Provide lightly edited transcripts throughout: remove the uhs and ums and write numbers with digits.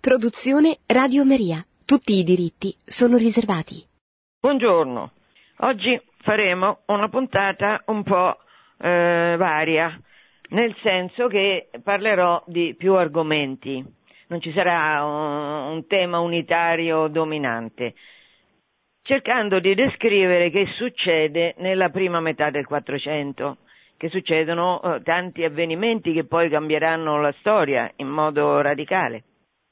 Produzione Radio Maria. Tutti i diritti sono riservati. Buongiorno. Oggi faremo una puntata un po' varia, nel senso che parlerò di più argomenti. Non ci sarà un tema unitario dominante, cercando di descrivere che succede nella prima metà del 400, che succedono tanti avvenimenti che poi cambieranno la storia in modo radicale.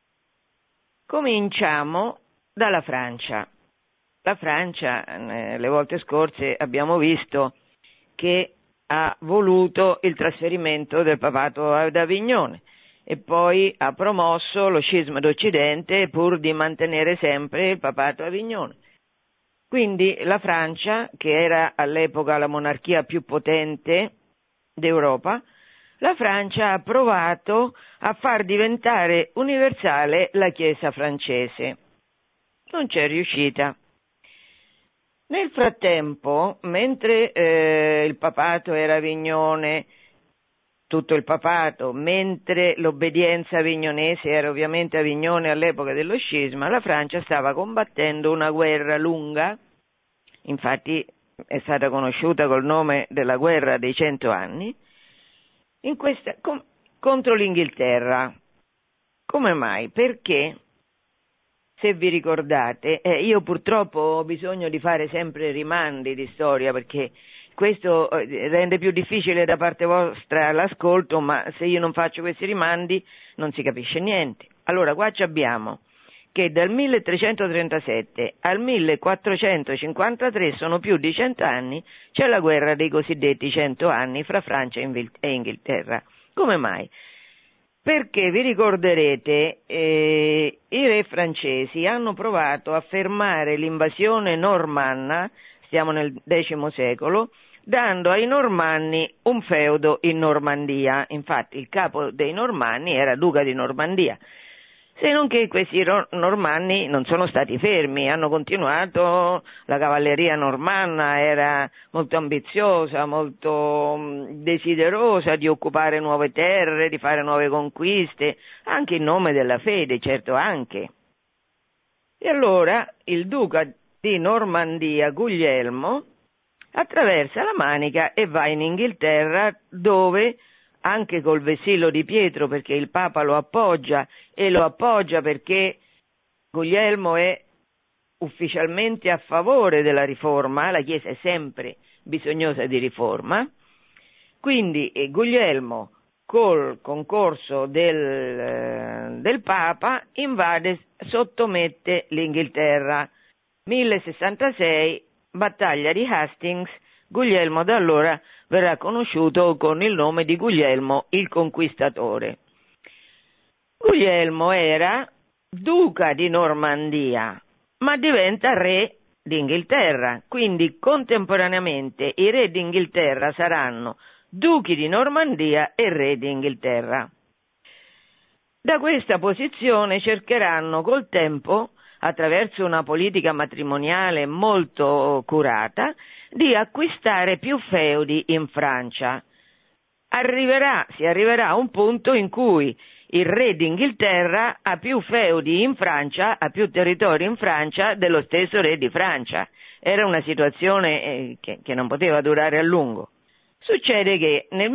Cominciamo dalla Francia. La Francia, le volte scorse abbiamo visto che ha voluto il trasferimento del papato ad Avignone e poi ha promosso lo scisma d'Occidente pur di mantenere sempre il papato a Avignone. Quindi la Francia, che era all'epoca la monarchia più potente d'Europa, la Francia ha provato a far diventare universale la Chiesa francese. Non c'è riuscita. Nel frattempo, mentre il papato era Avignone, tutto il papato, mentre l'obbedienza avignonese era ovviamente Avignone all'epoca dello scisma, la Francia stava combattendo una guerra lunga, infatti è stata conosciuta col nome della guerra dei 100 anni, contro l'Inghilterra. Come mai? Perché, se vi ricordate, io purtroppo ho bisogno di fare sempre rimandi di storia, perché questo rende più difficile da parte vostra l'ascolto, ma se io non faccio questi rimandi non si capisce niente. Allora, qua abbiamo che dal 1337 al 1453 sono più di 100 anni, c'è la guerra dei cosiddetti 100 anni fra Francia e Inghilterra. Come mai? Perché vi ricorderete, i re francesi hanno provato a fermare l'invasione normanna, stiamo nel X secolo, dando ai normanni un feudo in Normandia. Infatti il capo dei normanni era duca di Normandia. Se non che questi normanni non sono stati fermi, hanno continuato, la cavalleria normanna era molto ambiziosa, molto desiderosa di occupare nuove terre, di fare nuove conquiste, anche in nome della fede, certo anche. E allora il duca di Normandia, Guglielmo, attraversa la Manica e va in Inghilterra, dove anche col vessillo di Pietro, perché il Papa lo appoggia, e lo appoggia perché Guglielmo è ufficialmente a favore della riforma, la Chiesa è sempre bisognosa di riforma, quindi Guglielmo col concorso del Papa invade, sottomette l'Inghilterra. 1066, battaglia di Hastings, Guglielmo da allora verrà conosciuto con il nome di Guglielmo il Conquistatore. Guglielmo era duca di Normandia, ma diventa re d'Inghilterra, quindi contemporaneamente i re d'Inghilterra saranno duchi di Normandia e re d'Inghilterra. Da questa posizione cercheranno col tempo, attraverso una politica matrimoniale molto curata, di acquistare più feudi in Francia. Si arriverà a un punto in cui il re d'Inghilterra ha più feudi in Francia, ha più territori in Francia dello stesso re di Francia. Era una situazione che non poteva durare a lungo. Succede che nel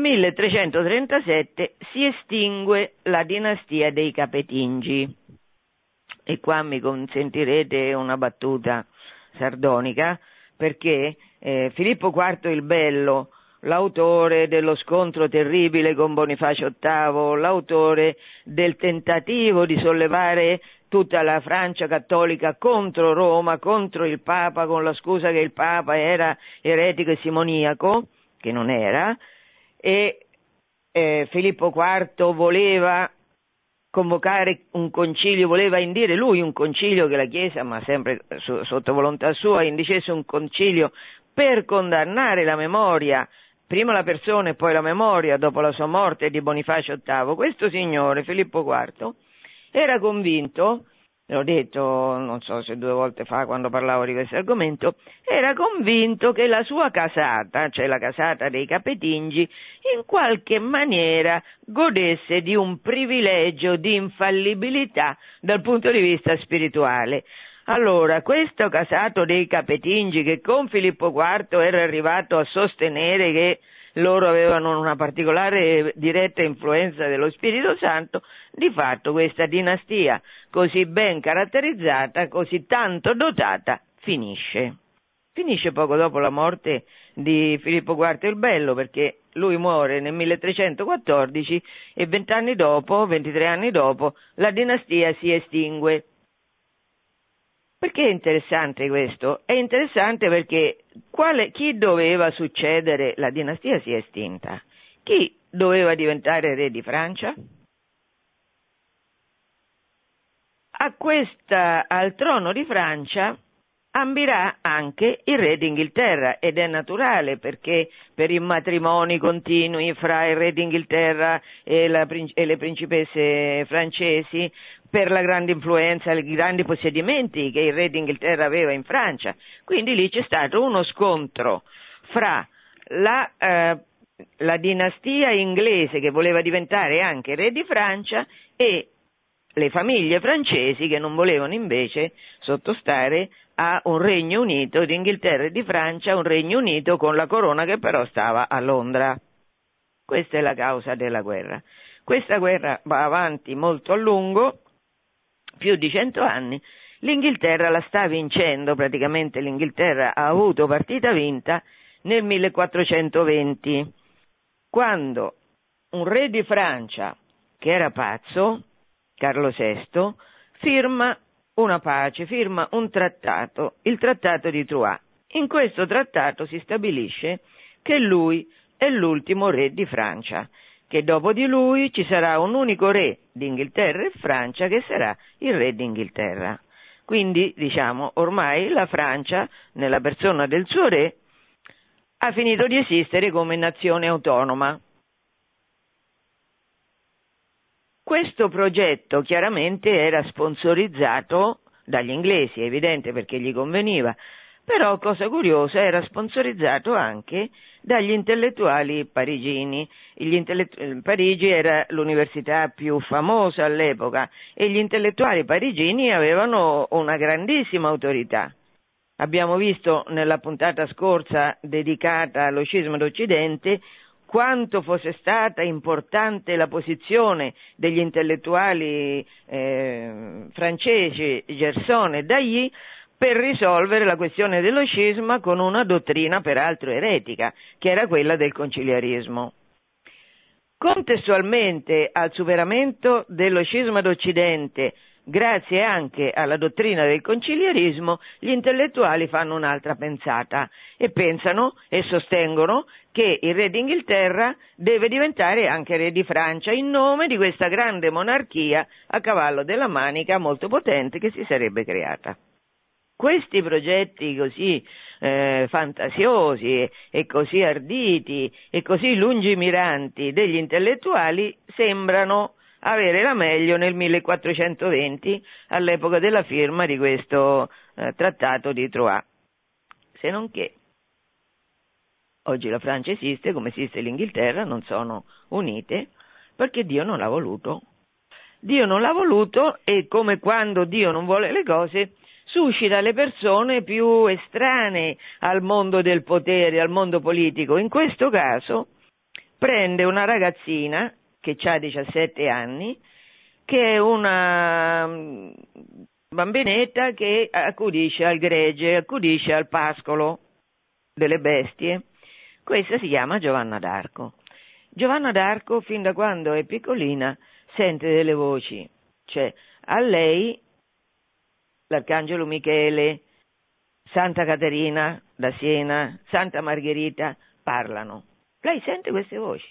1337 si estingue la dinastia dei Capetingi. E qua mi consentirete una battuta sardonica, perché Filippo IV il Bello, l'autore dello scontro terribile con Bonifacio VIII, l'autore del tentativo di sollevare tutta la Francia cattolica contro Roma, contro il Papa, con la scusa che il Papa era eretico e simoniaco, che non era, e Filippo IV voleva convocare un concilio, voleva indire lui un concilio che la Chiesa, ma sempre sotto volontà sua, indicesse un concilio per condannare la memoria, prima la persona e poi la memoria, dopo la sua morte, di Bonifacio VIII. Questo signore, Filippo IV, era convinto l'ho detto non so se 2 volte fa quando parlavo di questo argomento, era convinto che la sua casata, cioè la casata dei Capetingi, in qualche maniera godesse di un privilegio di infallibilità dal punto di vista spirituale. Allora, questo casato dei Capetingi, che con Filippo IV era arrivato a sostenere che loro avevano una particolare diretta influenza dello Spirito Santo, di fatto questa dinastia così ben caratterizzata, così tanto dotata, finisce. Finisce poco dopo la morte di Filippo IV il Bello, perché lui muore nel 1314 e 23 anni dopo, la dinastia si estingue. Perché è interessante questo? È interessante perché chi doveva succedere? La dinastia si è estinta. Chi doveva diventare re di Francia? Al trono di Francia ambirà anche il re d'Inghilterra, ed è naturale, perché per i matrimoni continui fra il re d'Inghilterra e le principesse francesi, per la grande influenza, i grandi possedimenti che il re d'Inghilterra aveva in Francia. Quindi lì c'è stato uno scontro fra la dinastia inglese, che voleva diventare anche re di Francia, e le famiglie francesi, che non volevano invece sottostare a un Regno Unito d'Inghilterra e di Francia, un Regno Unito con la corona che però stava a Londra. Questa è la causa della guerra. Questa guerra va avanti molto a lungo, più di 100 anni. L'Inghilterra la sta vincendo, praticamente l'Inghilterra ha avuto partita vinta nel 1420, quando un re di Francia, che era pazzo, Carlo VI, firma una pace, firma un trattato, il trattato di Troyes. In questo trattato si stabilisce che lui è l'ultimo re di Francia, che dopo di lui ci sarà un unico re d'Inghilterra e Francia, che sarà il re d'Inghilterra. Quindi, diciamo, ormai la Francia, nella persona del suo re, ha finito di esistere come nazione autonoma. Questo progetto chiaramente era sponsorizzato dagli inglesi, è evidente, perché gli conveniva, però, cosa curiosa, era sponsorizzato anche dagli intellettuali parigini. Parigi era l'università più famosa all'epoca e gli intellettuali parigini avevano una grandissima autorità. Abbiamo visto nella puntata scorsa dedicata allo scisma d'Occidente quanto fosse stata importante la posizione degli intellettuali francesi, Gerson e Dailly, per risolvere la questione dello scisma con una dottrina peraltro eretica, che era quella del conciliarismo. Contestualmente al superamento dello scisma d'Occidente, grazie anche alla dottrina del conciliarismo, gli intellettuali fanno un'altra pensata e pensano e sostengono che il re d'Inghilterra deve diventare anche re di Francia, in nome di questa grande monarchia a cavallo della manica molto potente che si sarebbe creata. Questi progetti così fantasiosi e così arditi e così lungimiranti degli intellettuali sembrano avere la meglio nel 1420, all'epoca della firma di questo trattato di Troyes. Se non che oggi la Francia esiste come esiste l'Inghilterra, non sono unite perché Dio non l'ha voluto. Dio non l'ha voluto, e come quando Dio non vuole le cose, suscita le persone più estranee al mondo del potere, al mondo politico. In questo caso prende una ragazzina che ha 17 anni, che è una bambinetta che accudisce al gregge, accudisce al pascolo delle bestie. Questa si chiama Giovanna d'Arco. Giovanna d'Arco, fin da quando è piccolina, sente delle voci, cioè a lei l'Arcangelo Michele, Santa Caterina da Siena, Santa Margherita parlano. Lei sente queste voci.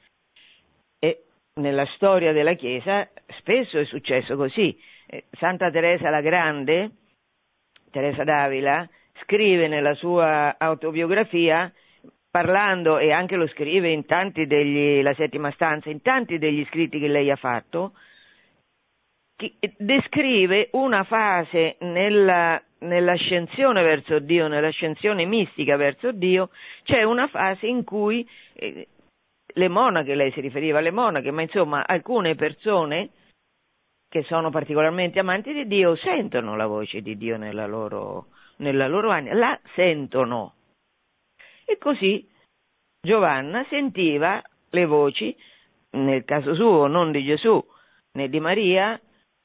E nella storia della Chiesa spesso è successo così. Santa Teresa la Grande, Teresa d'Avila, scrive nella sua autobiografia, parlando, e anche lo scrive in tanti la settima stanza, in tanti degli scritti che lei ha fatto, descrive una fase nell'ascensione verso Dio, nell'ascensione mistica verso Dio. C'è una fase in cui le monache, lei si riferiva alle monache, ma insomma alcune persone che sono particolarmente amanti di Dio sentono la voce di Dio nella loro anima, la sentono. E così Giovanna sentiva le voci, nel caso suo non di Gesù né di Maria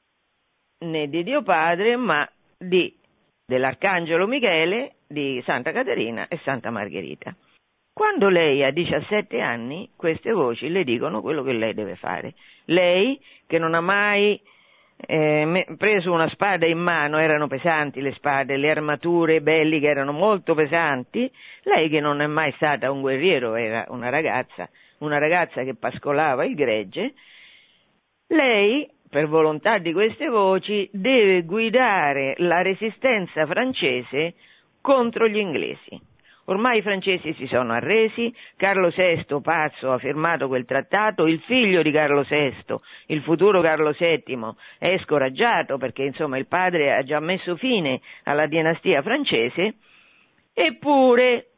né di Dio Padre, ma dell'Arcangelo Michele, di Santa Caterina e Santa Margherita. Quando lei ha 17 anni, queste voci le dicono quello che lei deve fare. Lei, che non ha mai preso una spada in mano, erano pesanti le spade, le armature belliche erano molto pesanti, lei che non è mai stata un guerriero, era una ragazza che pascolava il gregge, lei, per volontà di queste voci, deve guidare la resistenza francese contro gli inglesi. Ormai i francesi si sono arresi, Carlo VI, pazzo, ha firmato quel trattato, il figlio di Carlo VI, il futuro Carlo VII, è scoraggiato perché insomma il padre ha già messo fine alla dinastia francese, eppure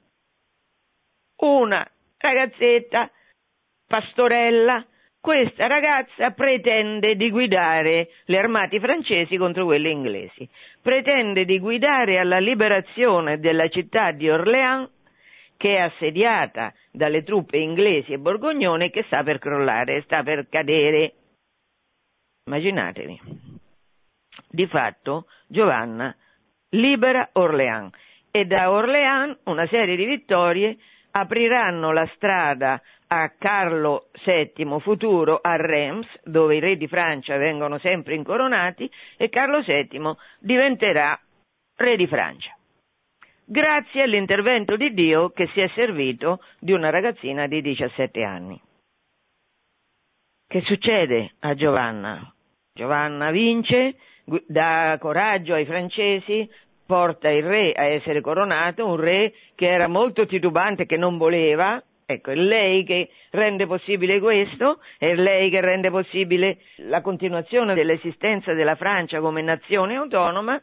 una ragazzetta, pastorella, questa ragazza pretende di guidare le armate francesi contro quelle inglesi, pretende di guidare alla liberazione della città di Orléans, che è assediata dalle truppe inglesi e borgognone e che sta per crollare, sta per cadere. Immaginatevi. Di fatto Giovanna libera Orléans e da Orléans una serie di vittorie apriranno la strada a Carlo VII futuro a Reims, dove i re di Francia vengono sempre incoronati, e Carlo VII diventerà re di Francia, grazie all'intervento di Dio che si è servito di una ragazzina di 17 anni. Che succede a Giovanna? Giovanna vince, dà coraggio ai francesi, porta il re a essere coronato, un re che era molto titubante, che non voleva. Ecco, è lei che rende possibile questo, è lei che rende possibile la continuazione dell'esistenza della Francia come nazione autonoma.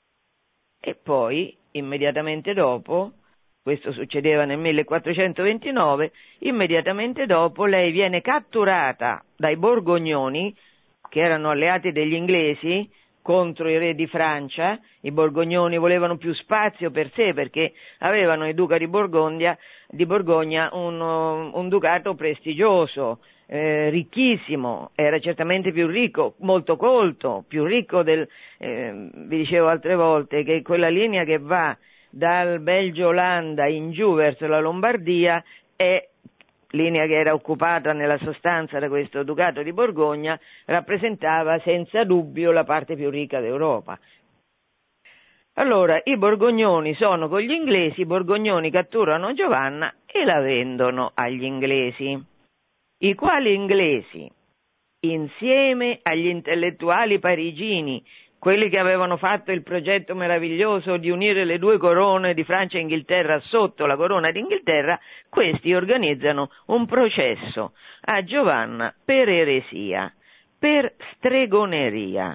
E poi, immediatamente dopo, questo succedeva nel 1429, immediatamente dopo lei viene catturata dai borgognoni, che erano alleati degli inglesi, contro i re di Francia. I borgognoni volevano più spazio per sé perché avevano i duca di Borgogna un ducato prestigioso, ricchissimo, era certamente più ricco, molto colto, più ricco vi dicevo altre volte che quella linea che va dal Belgio Olanda in giù verso la Lombardia è linea che era occupata nella sostanza da questo ducato di Borgogna, rappresentava senza dubbio la parte più ricca d'Europa. Allora i borgognoni sono con gli inglesi, i borgognoni catturano Giovanna e la vendono agli inglesi, i quali inglesi, insieme agli intellettuali parigini, quelli che avevano fatto il progetto meraviglioso di unire le due corone di Francia e Inghilterra sotto la corona d'Inghilterra, questi organizzano un processo a Giovanna per eresia, per stregoneria.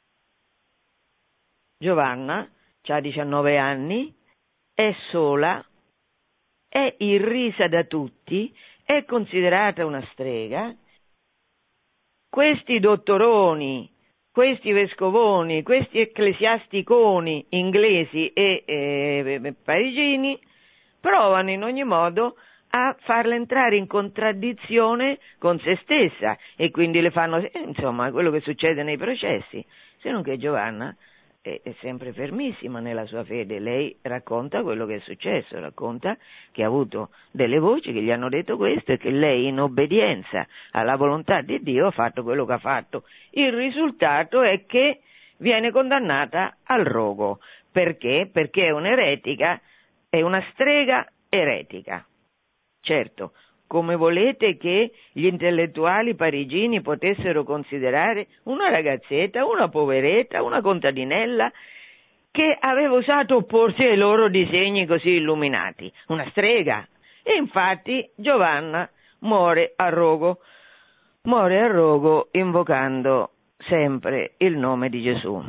Giovanna ha 19 anni, è sola, è irrisa da tutti, è considerata una strega. Questi dottoroni, questi vescovoni, questi ecclesiasticoni inglesi e parigini provano in ogni modo a farla entrare in contraddizione con se stessa e quindi le fanno, insomma, quello che succede nei processi, se non che Giovanna è sempre fermissima nella sua fede. Lei racconta quello che è successo, racconta che ha avuto delle voci che gli hanno detto questo e che lei in obbedienza alla volontà di Dio ha fatto quello che ha fatto. Il risultato è che viene condannata al rogo. Perché? Perché è un'eretica, è una strega eretica. Certo, come volete che gli intellettuali parigini potessero considerare una ragazzetta, una poveretta, una contadinella che aveva osato opporsi ai loro disegni così illuminati, una strega? E infatti Giovanna muore a rogo invocando sempre il nome di Gesù.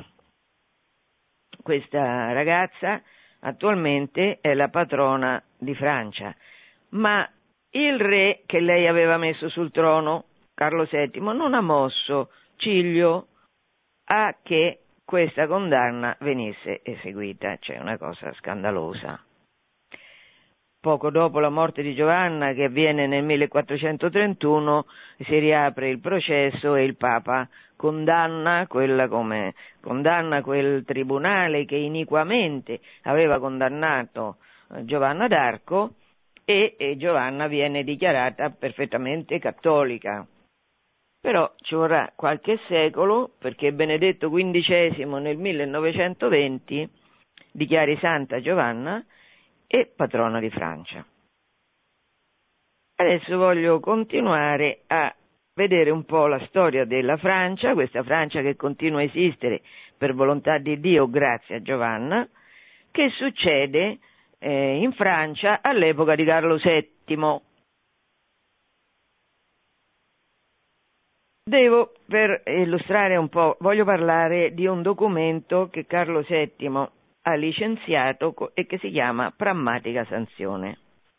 Questa ragazza attualmente è la patrona di Francia, ma il re che lei aveva messo sul trono, Carlo VII, non ha mosso ciglio a che questa condanna venisse eseguita, cioè una cosa scandalosa. Poco dopo la morte di Giovanna, che avviene nel 1431, si riapre il processo e il Papa condanna quel tribunale che iniquamente aveva condannato Giovanna d'Arco e Giovanna viene dichiarata perfettamente cattolica. Però ci vorrà qualche secolo perché Benedetto XV nel 1920 dichiari santa Giovanna e patrona di Francia. Adesso voglio continuare a vedere un po' la storia della Francia, questa Francia che continua a esistere per volontà di Dio grazie a Giovanna, che succede in Francia all'epoca di Carlo VII. Per illustrare un po', voglio parlare di un documento che Carlo VII ha licenziato e che si chiama Prammatica Sanzione.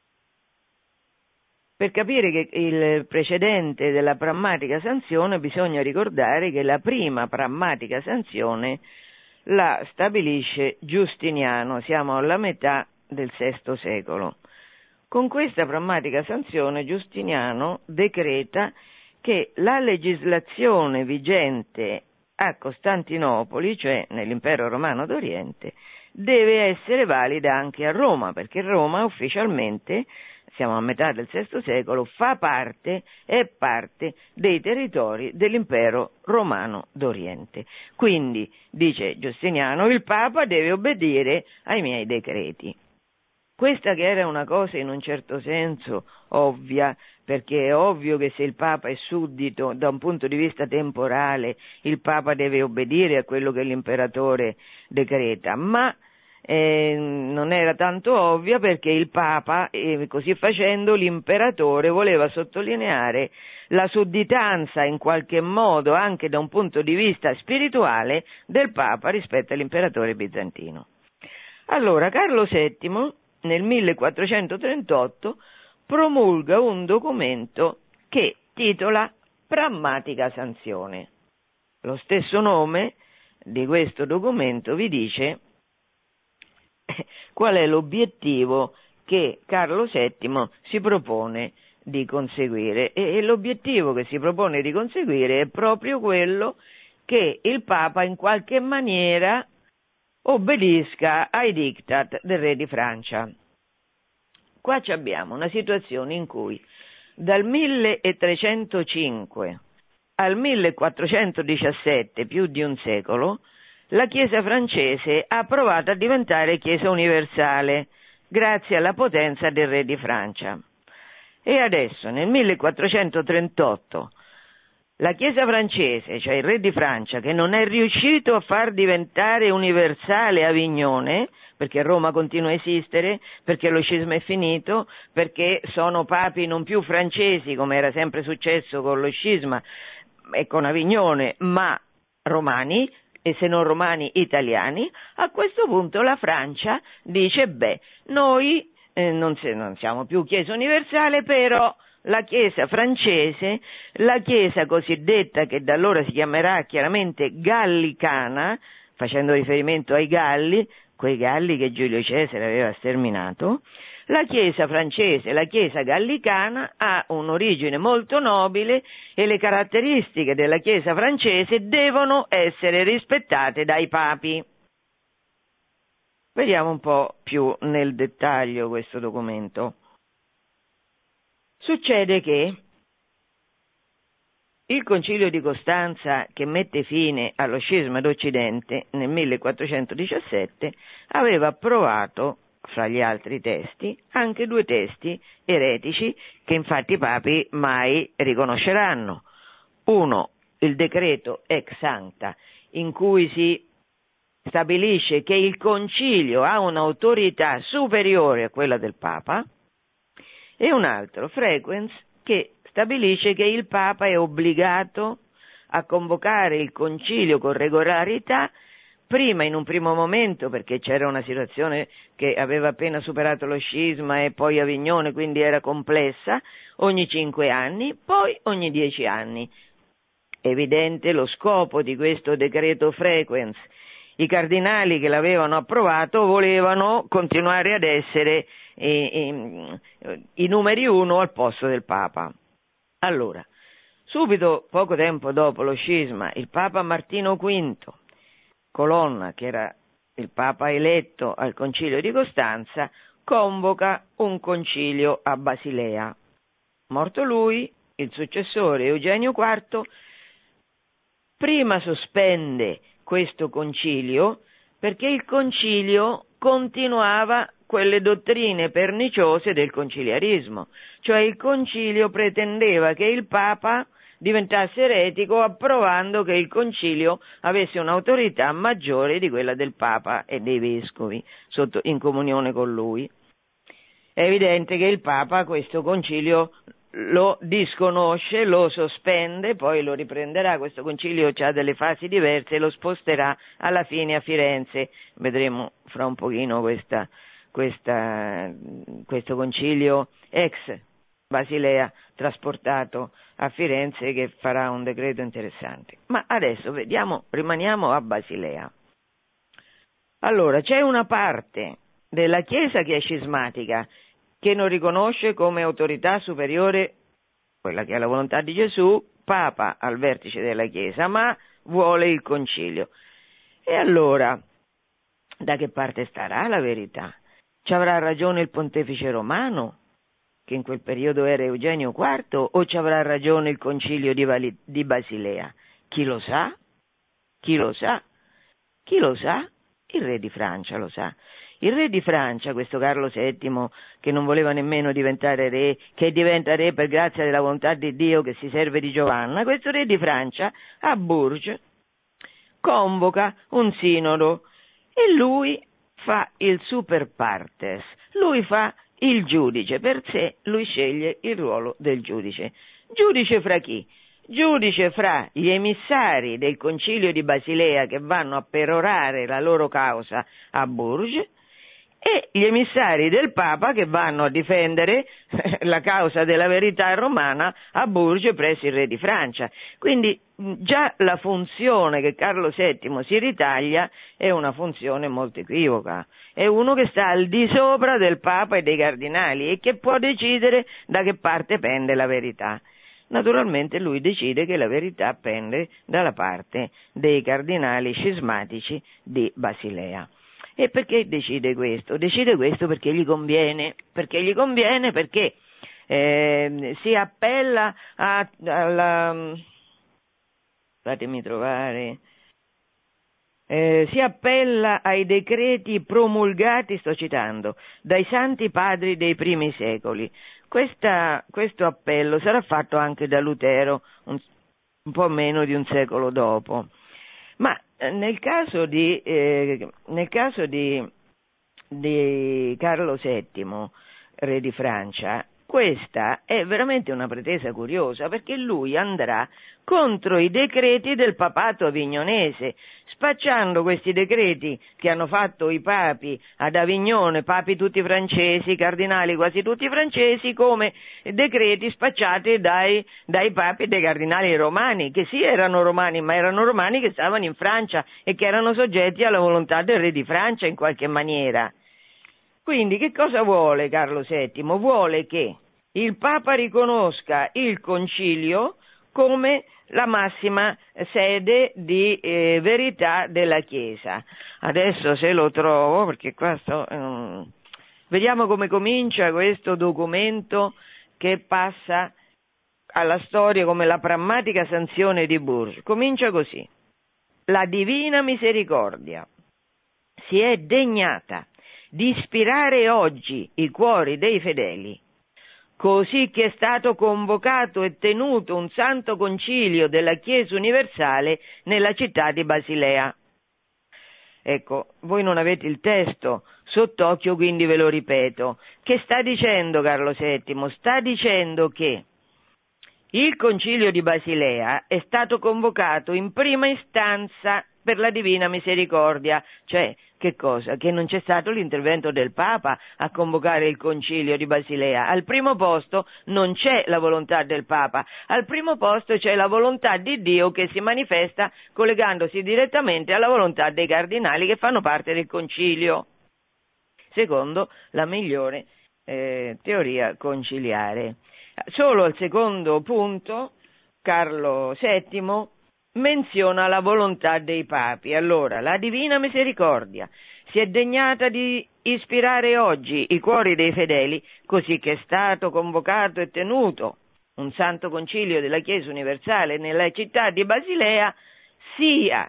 Per capire che il precedente della Prammatica Sanzione bisogna ricordare che la prima Prammatica Sanzione la stabilisce Giustiniano, siamo alla metà del VI secolo. Con questa Prammatica Sanzione Giustiniano decreta che la legislazione vigente a Costantinopoli, cioè nell'impero romano d'Oriente, deve essere valida anche a Roma, perché Roma ufficialmente, siamo a metà del VI secolo, è parte dei territori dell'impero romano d'Oriente. Quindi, dice Giustiniano, il Papa deve obbedire ai miei decreti. Questa che era una cosa in un certo senso ovvia, perché è ovvio che se il Papa è suddito da un punto di vista temporale, il Papa deve obbedire a quello che l'imperatore decreta, ma non era tanto ovvia perché il Papa, così facendo, l'imperatore voleva sottolineare la sudditanza in qualche modo, anche da un punto di vista spirituale, del Papa rispetto all'imperatore bizantino. Allora, Carlo VII, nel 1438, promulga un documento che titola Prammatica Sanzione. Lo stesso nome di questo documento vi dice qual è l'obiettivo che Carlo VII si propone di conseguire, e l'obiettivo che si propone di conseguire è proprio quello che il Papa in qualche maniera obbedisca ai diktat del re di Francia. Qua abbiamo una situazione in cui dal 1305 al 1417, più di un secolo, la Chiesa francese ha provato a diventare Chiesa universale grazie alla potenza del re di Francia. E adesso, nel 1438, la Chiesa francese, cioè il re di Francia, che non è riuscito a far diventare universale Avignone, perché Roma continua a esistere, perché lo scisma è finito, perché sono papi non più francesi, come era sempre successo con lo scisma e con Avignone, ma romani, e se non romani italiani, a questo punto la Francia dice, noi non siamo più Chiesa universale, però la Chiesa francese, la Chiesa cosiddetta, che da allora si chiamerà chiaramente gallicana, facendo riferimento ai Galli, quei Galli che Giulio Cesare aveva sterminato, la Chiesa francese, la Chiesa gallicana, ha un'origine molto nobile e le caratteristiche della Chiesa francese devono essere rispettate dai papi. Vediamo un po' più nel dettaglio questo documento. Succede che il Concilio di Costanza, che mette fine allo scisma d'Occidente nel 1417, aveva approvato, fra gli altri testi, anche 2 testi eretici che infatti i papi mai riconosceranno. Uno, il decreto ex sancta, in cui si stabilisce che il concilio ha un'autorità superiore a quella del Papa, e un altro, frequens, che stabilisce che il Papa è obbligato a convocare il concilio con regolarità, prima in un primo momento perché c'era una situazione che aveva appena superato lo scisma e poi Avignone, quindi era complessa, ogni 5 anni, poi ogni 10 anni. Evidente lo scopo di questo decreto frequens. I cardinali che l'avevano approvato volevano continuare ad essere i numeri 1 al posto del Papa. Allora, subito, poco tempo dopo lo scisma, il Papa Martino V, Colonna, che era il Papa eletto al Concilio di Costanza, convoca un concilio a Basilea. Morto lui, il successore Eugenio IV prima sospende questo concilio perché il concilio continuava quelle dottrine perniciose del conciliarismo, cioè il concilio pretendeva che il Papa diventasse eretico approvando che il concilio avesse un'autorità maggiore di quella del Papa e dei vescovi in comunione con lui. È evidente che il Papa questo concilio lo disconosce, lo sospende, poi lo riprenderà. Questo concilio ha delle fasi diverse e lo sposterà alla fine a Firenze. Vedremo fra un pochino questo concilio ex Basilea trasportato a Firenze, che farà un decreto interessante. Ma adesso rimaniamo a Basilea. Allora, c'è una parte della Chiesa che è scismatica, che non riconosce come autorità superiore quella che è la volontà di Gesù, Papa al vertice della Chiesa, ma vuole il concilio. E allora, da che parte starà la verità? Ci avrà ragione il pontefice romano, che in quel periodo era Eugenio IV, o ci avrà ragione il concilio di Basilea? Chi lo sa? Chi lo sa? Chi lo sa? Il re di Francia lo sa. Il re di Francia, questo Carlo VII, che non voleva nemmeno diventare re, che diventa re per grazia della volontà di Dio, che si serve di Giovanna, questo re di Francia a Bourges convoca un sinodo e lui fa il super partes, lui fa il giudice, per sé lui sceglie il ruolo del giudice. Giudice fra chi? Giudice fra gli emissari del concilio di Basilea che vanno a perorare la loro causa a Bourges e gli emissari del Papa che vanno a difendere la causa della verità romana a Bourges presso il re di Francia. Quindi già la funzione che Carlo VII si ritaglia è una funzione molto equivoca. È uno che sta al di sopra del Papa e dei cardinali e che può decidere da che parte pende la verità. Naturalmente lui decide che la verità pende dalla parte dei cardinali scismatici di Basilea. E perché decide questo? Decide questo perché gli conviene, perché si appella si appella ai decreti promulgati, sto citando, dai santi padri dei primi secoli. Questo appello sarà fatto anche da Lutero un po' meno di un secolo dopo. Ma nel caso di Carlo VII, re di Francia, questa è veramente una pretesa curiosa, perché lui andrà contro i decreti del papato avignonese, spacciando questi decreti che hanno fatto i papi ad Avignone, papi tutti francesi, cardinali quasi tutti francesi, come decreti spacciati dai papi e dai cardinali romani, che sì erano romani, ma erano romani che stavano in Francia e che erano soggetti alla volontà del re di Francia in qualche maniera. Quindi che cosa vuole Carlo VII? Vuole che il Papa riconosca il concilio come la massima sede di verità della Chiesa. Adesso se lo trovo, perché qua vediamo come comincia questo documento che passa alla storia come la prammatica sanzione di Bourges. Comincia così: la divina misericordia si è degnata di ispirare oggi i cuori dei fedeli, così che è stato convocato e tenuto un santo concilio della Chiesa universale nella città di Basilea. Ecco, voi non avete il testo sott'occhio, quindi ve lo ripeto. Che sta dicendo Carlo VII? Sta dicendo che Il Concilio di Basilea è stato convocato in prima istanza per la Divina Misericordia, cioè che cosa? Che non c'è stato l'intervento del Papa a convocare il Concilio di Basilea. Al primo posto non c'è la volontà del Papa, al primo posto c'è la volontà di Dio che si manifesta collegandosi direttamente alla volontà dei cardinali che fanno parte del Concilio, secondo la migliore teoria conciliare. Solo al secondo punto Carlo VII menziona la volontà dei papi. Allora, la Divina Misericordia si è degnata di ispirare oggi i cuori dei fedeli, così che è stato convocato e tenuto un Santo Concilio della Chiesa Universale nella città di Basilea, sia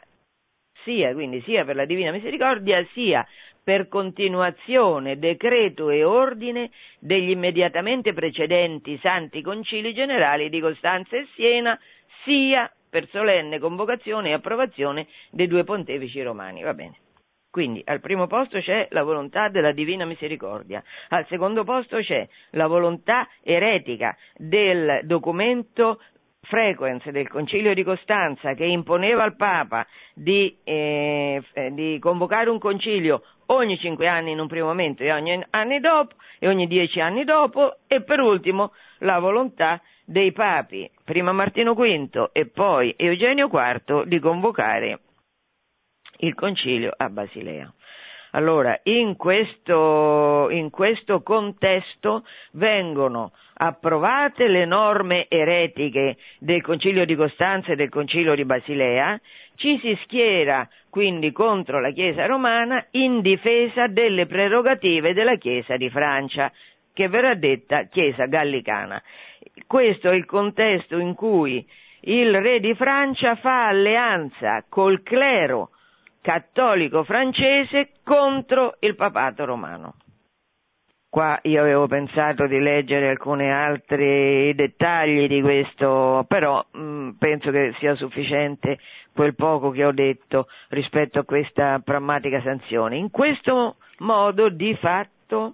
per la Divina Misericordia, sia per continuazione, decreto e ordine degli immediatamente precedenti Santi Concili Generali di Costanza e Siena, sia per solenne convocazione e approvazione dei due pontefici romani. Va bene. Quindi al primo posto c'è la volontà della Divina Misericordia, al secondo posto c'è la volontà eretica del documento Frequens del Concilio di Costanza che imponeva al Papa di convocare un concilio ogni 5 anni in un primo momento e ogni 10 anni dopo, e per ultimo la volontà dei papi, prima Martino V e poi Eugenio IV, di convocare il concilio a Basilea. Allora, in questo contesto vengono approvate le norme eretiche del Concilio di Costanza e del Concilio di Basilea, ci si schiera quindi contro la Chiesa romana in difesa delle prerogative della Chiesa di Francia, che verrà detta Chiesa gallicana. Questo è il contesto in cui il re di Francia fa alleanza col clero cattolico francese contro il papato romano. Qua io avevo pensato di leggere alcuni altri dettagli di questo, però penso che sia sufficiente quel poco che ho detto rispetto a questa pragmatica sanzione. In questo modo, di fatto,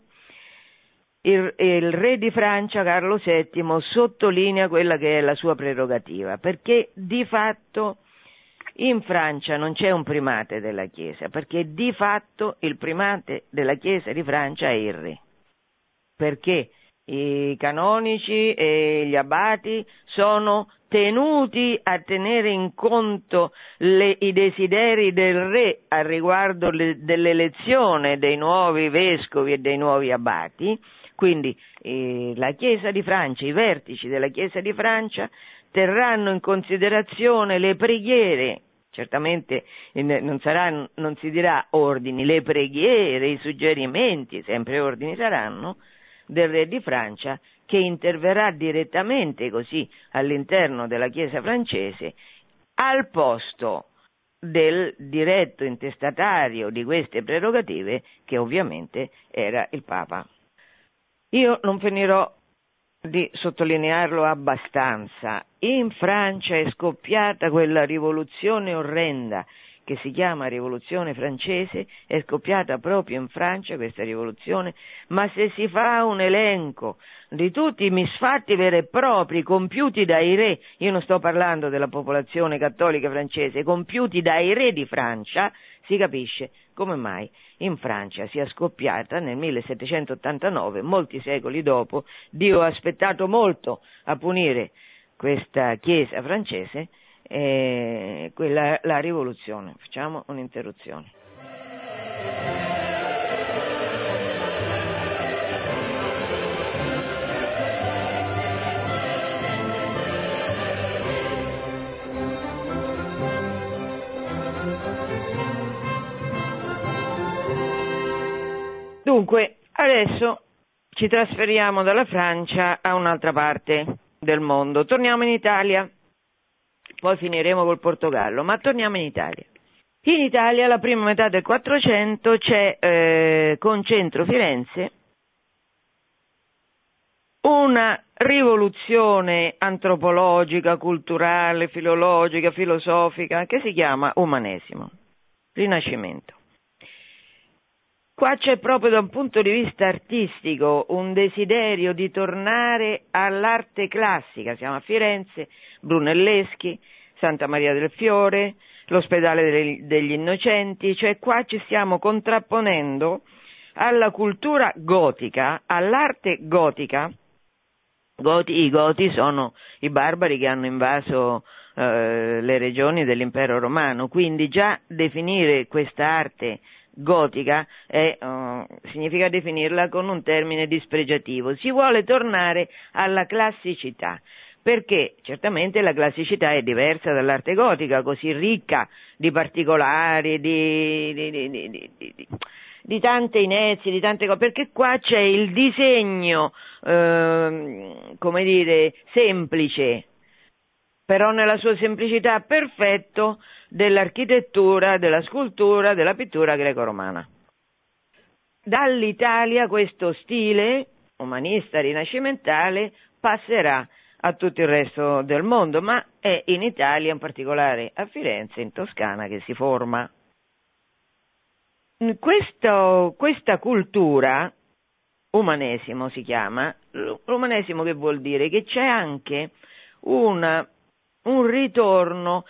il re di Francia, Carlo VII, sottolinea quella che è la sua prerogativa, perché di fatto in Francia non c'è un primate della Chiesa, perché di fatto il primate della Chiesa di Francia è il re, perché i canonici e gli abati sono tenuti a tenere in conto i desideri del re a riguardo dell'elezione dei nuovi vescovi e dei nuovi abati. Quindi la Chiesa di Francia, i vertici della Chiesa di Francia terranno in considerazione le preghiere, certamente non si dirà ordini, le preghiere, i suggerimenti, sempre ordini saranno, del re di Francia, che interverrà direttamente così all'interno della Chiesa francese al posto del diretto intestatario di queste prerogative, che ovviamente era il Papa. Io non finirò di sottolinearlo abbastanza. In Francia è scoppiata quella rivoluzione orrenda che si chiama Rivoluzione francese, è scoppiata proprio in Francia questa rivoluzione, ma se si fa un elenco di tutti i misfatti veri e propri compiuti dai re, io non sto parlando della popolazione cattolica francese, compiuti dai re di Francia, si capisce come mai in Francia sia scoppiata nel 1789, molti secoli dopo. Dio ha aspettato molto a punire questa Chiesa francese, la rivoluzione. Facciamo un'interruzione. Dunque, adesso ci trasferiamo dalla Francia a un'altra parte del mondo. Torniamo in Italia, poi finiremo col Portogallo, ma torniamo in Italia. In Italia, alla prima metà del 400, c'è con centro Firenze una rivoluzione antropologica, culturale, filologica, filosofica, che si chiama Umanesimo, Rinascimento. Qua c'è proprio da un punto di vista artistico un desiderio di tornare all'arte classica. Siamo a Firenze, Brunelleschi, Santa Maria del Fiore, l'ospedale degli Innocenti, cioè qua ci stiamo contrapponendo alla cultura gotica, all'arte gotica. I Goti sono i barbari che hanno invaso le regioni dell'impero romano, quindi già definire questa arte gotica significa definirla con un termine dispregiativo. Si vuole tornare alla classicità, perché certamente la classicità è diversa dall'arte gotica, così ricca di particolari, di tante inezie, di tante cose, perché qua c'è il disegno, come dire, semplice, però nella sua semplicità perfetto, dell'architettura, della scultura, della pittura greco-romana. Dall'Italia questo stile umanista rinascimentale passerà a tutto il resto del mondo, ma è in Italia, in particolare a Firenze, in Toscana, che si forma. Questa cultura, umanesimo si chiama, l'umanesimo che vuol dire che c'è anche un ritorno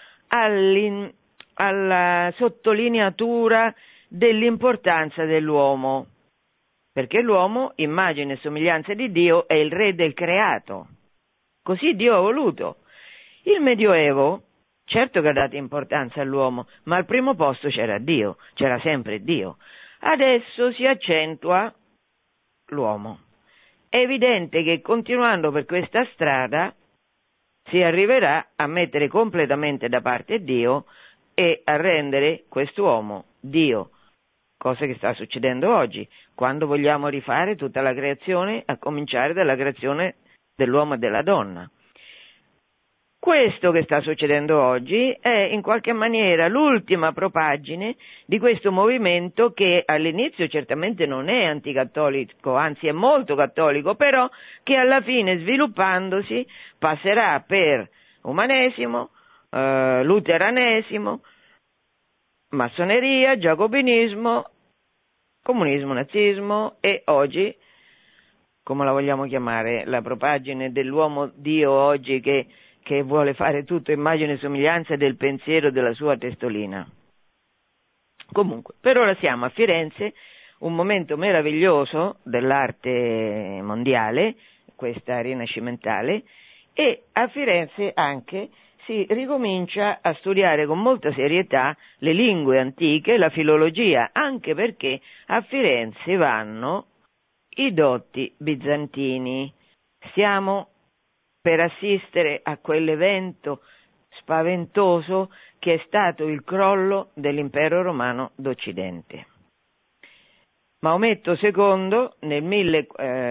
alla sottolineatura dell'importanza dell'uomo, perché l'uomo, immagine e somiglianza di Dio, è il re del creato, così Dio ha voluto. Il Medioevo, certo che ha dato importanza all'uomo, ma al primo posto c'era Dio, c'era sempre Dio. Adesso si accentua l'uomo. È evidente che continuando per questa strada si arriverà a mettere completamente da parte Dio e a rendere quest'uomo Dio, cosa che sta succedendo oggi, quando vogliamo rifare tutta la creazione, a cominciare dalla creazione dell'uomo e della donna. Questo che sta succedendo oggi è in qualche maniera l'ultima propaggine di questo movimento che all'inizio certamente non è anticattolico, anzi è molto cattolico, però che alla fine sviluppandosi passerà per umanesimo, luteranesimo, massoneria, giacobinismo, comunismo, nazismo e oggi, come la vogliamo chiamare, la propaggine dell'uomo Dio oggi che vuole fare tutto immagine e somiglianza del pensiero della sua testolina. Comunque, per ora siamo a Firenze, un momento meraviglioso dell'arte mondiale, questa rinascimentale, e a Firenze anche si ricomincia a studiare con molta serietà le lingue antiche, la filologia, anche perché a Firenze vanno i dotti bizantini. Stiamo per assistere a quell'evento spaventoso che è stato il crollo dell'impero romano d'Occidente. Maometto II,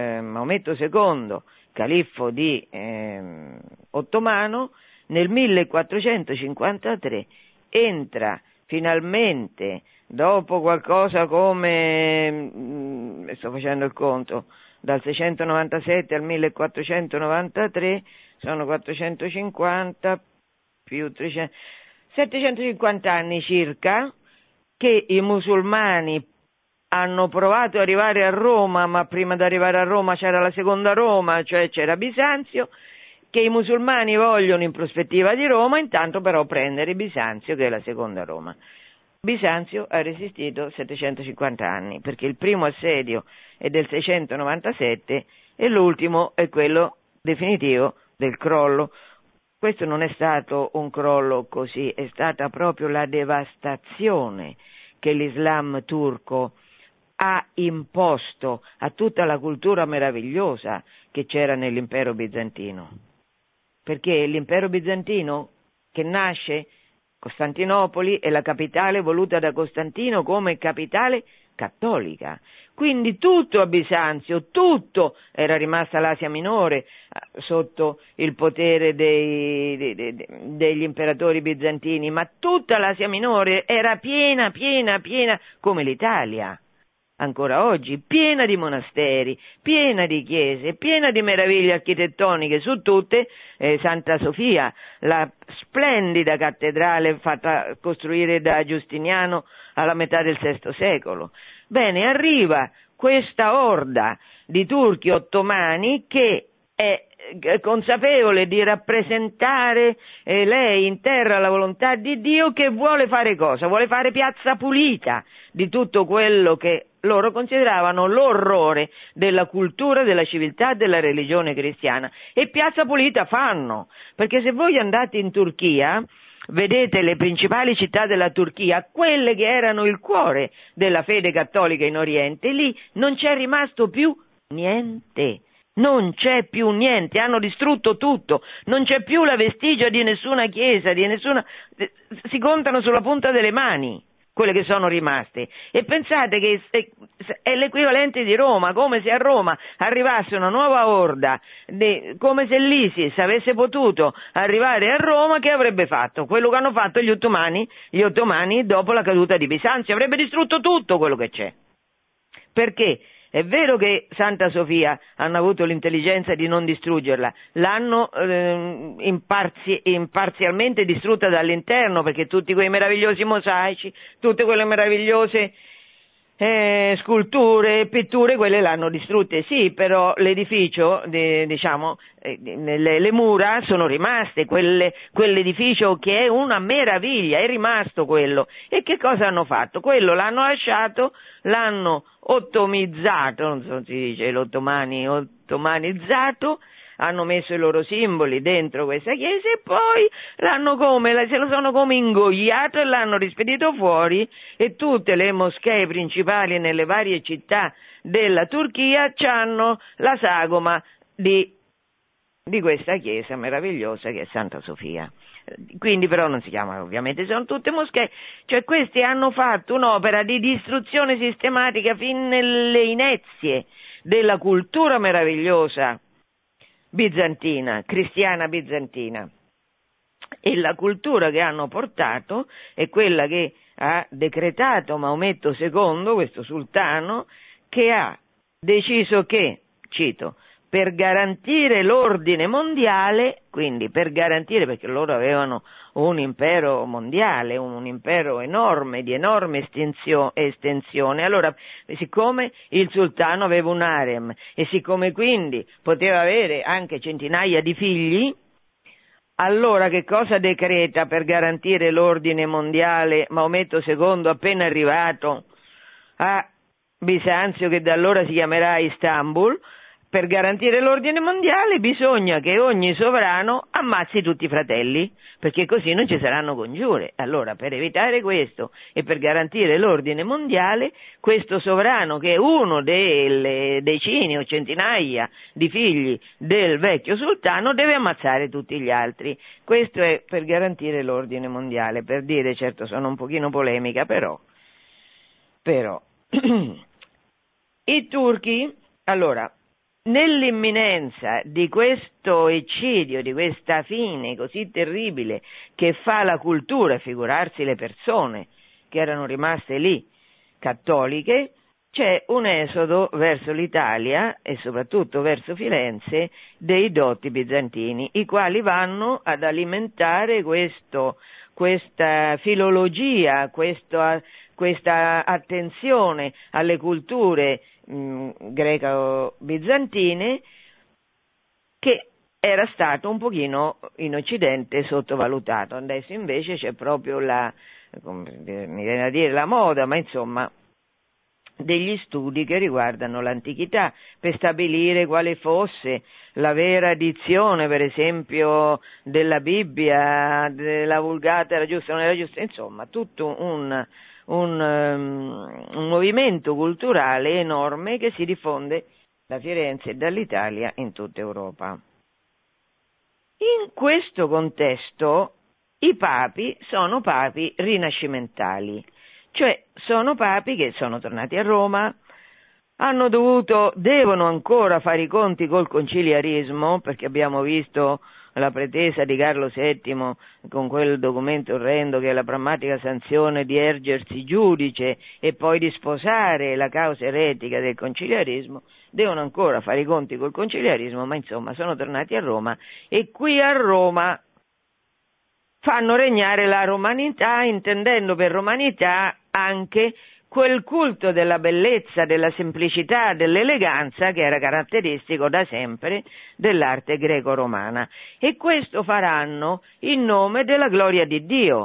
califfo di ottomano, nel 1453 entra finalmente, dopo qualcosa come, sto facendo il conto, dal 697 al 1493 sono 450 più 300, 750 anni circa che i musulmani hanno provato ad arrivare a Roma, ma prima di arrivare a Roma c'era la seconda Roma, cioè c'era Bisanzio, che i musulmani vogliono in prospettiva di Roma, intanto però prendere Bisanzio che è la seconda Roma. Bisanzio ha resistito 750 anni, perché il primo assedio è del 697 e l'ultimo è quello definitivo del crollo. Questo non è stato un crollo così, è stata proprio la devastazione che l'Islam turco ha imposto a tutta la cultura meravigliosa che c'era nell'impero bizantino. Perché l'impero bizantino che nasce, Costantinopoli, è la capitale voluta da Costantino come capitale cattolica. Quindi tutto a Bisanzio, tutto era rimasta l'Asia Minore sotto il potere degli imperatori bizantini, ma tutta l'Asia Minore era piena come l'Italia. Ancora oggi, piena di monasteri, piena di chiese, piena di meraviglie architettoniche, su tutte Santa Sofia, la splendida cattedrale fatta costruire da Giustiniano alla metà del VI secolo. Bene, arriva questa orda di turchi ottomani che è consapevole di rappresentare lei in terra la volontà di Dio, che vuole fare cosa? Vuole fare piazza pulita di tutto quello che loro consideravano l'orrore della cultura, della civiltà, della religione cristiana. E piazza pulita fanno, perché se voi andate in Turchia, vedete le principali città della Turchia, quelle che erano il cuore della fede cattolica in Oriente, lì non c'è rimasto più niente. Non c'è più niente, hanno distrutto tutto, non c'è più la vestigia di nessuna chiesa, si contano sulla punta delle mani quelle che sono rimaste. E pensate che è l'equivalente di Roma, come se a Roma arrivasse una nuova orda, come se l'ISIS avesse potuto arrivare a Roma, che avrebbe fatto? Quello che hanno fatto gli ottomani dopo la caduta di Bisanzio, avrebbe distrutto tutto quello che c'è. Perché? È vero che Santa Sofia hanno avuto l'intelligenza di non distruggerla, l'hanno imparzialmente distrutta dall'interno, perché tutti quei meravigliosi mosaici, tutte quelle meravigliose sculture, pitture, quelle l'hanno distrutte, sì, però l'edificio, le mura sono rimaste, quell'edificio che è una meraviglia, è rimasto quello. E che cosa hanno fatto? Quello l'hanno lasciato, l'hanno ottomizzato, non so se si dice ottomanizzato, hanno messo i loro simboli dentro questa chiesa e poi se lo sono come ingoiato e l'hanno rispedito fuori, e tutte le moschee principali nelle varie città della Turchia hanno la sagoma di questa chiesa meravigliosa che è Santa Sofia. Quindi però non si chiamano, ovviamente sono tutte moschee, cioè questi hanno fatto un'opera di distruzione sistematica fin nelle inezie della cultura meravigliosa bizantina, cristiana bizantina. E la cultura che hanno portato è quella che ha decretato Maometto II, questo sultano, che ha deciso che, cito, per garantire l'ordine mondiale, quindi per garantire, perché loro avevano un impero mondiale, un impero enorme, di enorme estensione, allora siccome il sultano aveva un harem e siccome quindi poteva avere anche centinaia di figli, allora che cosa decreta per garantire l'ordine mondiale Maometto II appena arrivato a Bisanzio, che da allora si chiamerà Istanbul? Per garantire l'ordine mondiale bisogna che ogni sovrano ammazzi tutti i fratelli, perché così non ci saranno congiure. Allora, per evitare questo e per garantire l'ordine mondiale, questo sovrano, che è uno delle decine o centinaia di figli del vecchio sultano, deve ammazzare tutti gli altri. Questo è per garantire l'ordine mondiale, per dire, certo sono un pochino polemica, però i turchi, allora, nell'imminenza di questo eccidio, di questa fine così terribile che fa la cultura, figurarsi le persone che erano rimaste lì cattoliche, c'è un esodo verso l'Italia e soprattutto verso Firenze dei dotti bizantini, i quali vanno ad alimentare questa filologia, questa attenzione alle culture greco-bizantine, che era stato un pochino in Occidente sottovalutato. Adesso invece c'è proprio mi viene da dire la moda, ma insomma degli studi che riguardano l'antichità per stabilire quale fosse la vera dizione, per esempio, della Bibbia, della Vulgata, era giusta o non era giusta, insomma tutto un movimento culturale enorme che si diffonde da Firenze e dall'Italia in tutta Europa. In questo contesto i papi sono papi rinascimentali, cioè sono papi che sono tornati a Roma, devono ancora fare i conti col conciliarismo, perché abbiamo visto la pretesa di Carlo VII con quel documento orrendo che è la pragmatica sanzione di ergersi giudice e poi di sposare la causa eretica del conciliarismo. Devono ancora fare i conti col conciliarismo, ma insomma sono tornati a Roma e qui a Roma fanno regnare la romanità, intendendo per romanità anche quel culto della bellezza, della semplicità, dell'eleganza che era caratteristico da sempre dell'arte greco-romana. E questo faranno in nome della gloria di Dio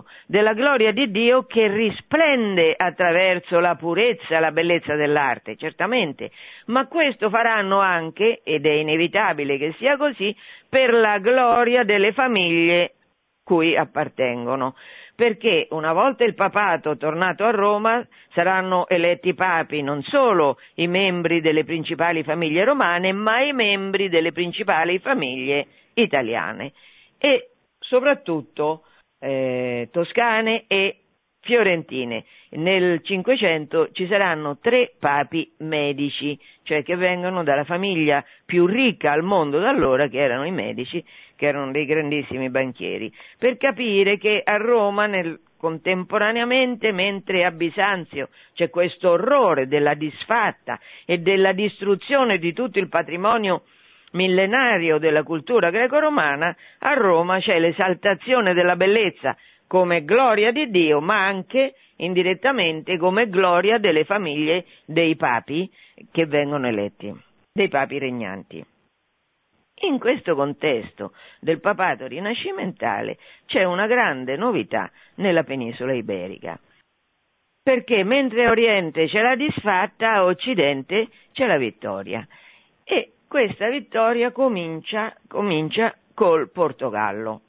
che risplende attraverso la purezza e la bellezza dell'arte, certamente, ma questo faranno anche, ed è inevitabile che sia così, per la gloria delle famiglie cui appartengono. Perché una volta il papato tornato a Roma saranno eletti papi non solo i membri delle principali famiglie romane, ma i membri delle principali famiglie italiane e soprattutto toscane e fiorentine. Nel Cinquecento ci saranno 3 papi medici, cioè che vengono dalla famiglia più ricca al mondo da allora, che erano i medici, che erano dei grandissimi banchieri, per capire che a Roma contemporaneamente, mentre a Bisanzio c'è questo orrore della disfatta e della distruzione di tutto il patrimonio millenario della cultura greco-romana, a Roma c'è l'esaltazione della bellezza come gloria di Dio, ma anche indirettamente come gloria delle famiglie dei papi che vengono eletti, dei papi regnanti. In questo contesto del papato rinascimentale c'è una grande novità nella penisola iberica, perché mentre a Oriente c'è la disfatta, a Occidente c'è la vittoria, e questa vittoria comincia col Portogallo.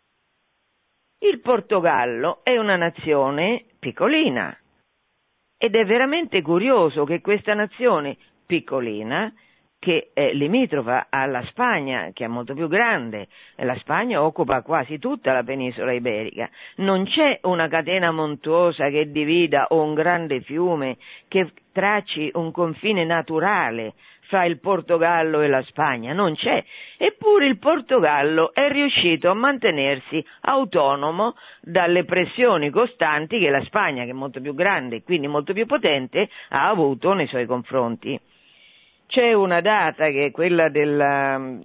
Il Portogallo è una nazione piccolina ed è veramente curioso che questa nazione piccolina, che è limitrofa alla Spagna, che è molto più grande, e la Spagna occupa quasi tutta la penisola iberica, non c'è una catena montuosa che divida o un grande fiume che tracci un confine naturale fra il Portogallo e la Spagna, non c'è. Eppure il Portogallo è riuscito a mantenersi autonomo dalle pressioni costanti che la Spagna, che è molto più grande e quindi molto più potente, ha avuto nei suoi confronti. C'è una data che è quella del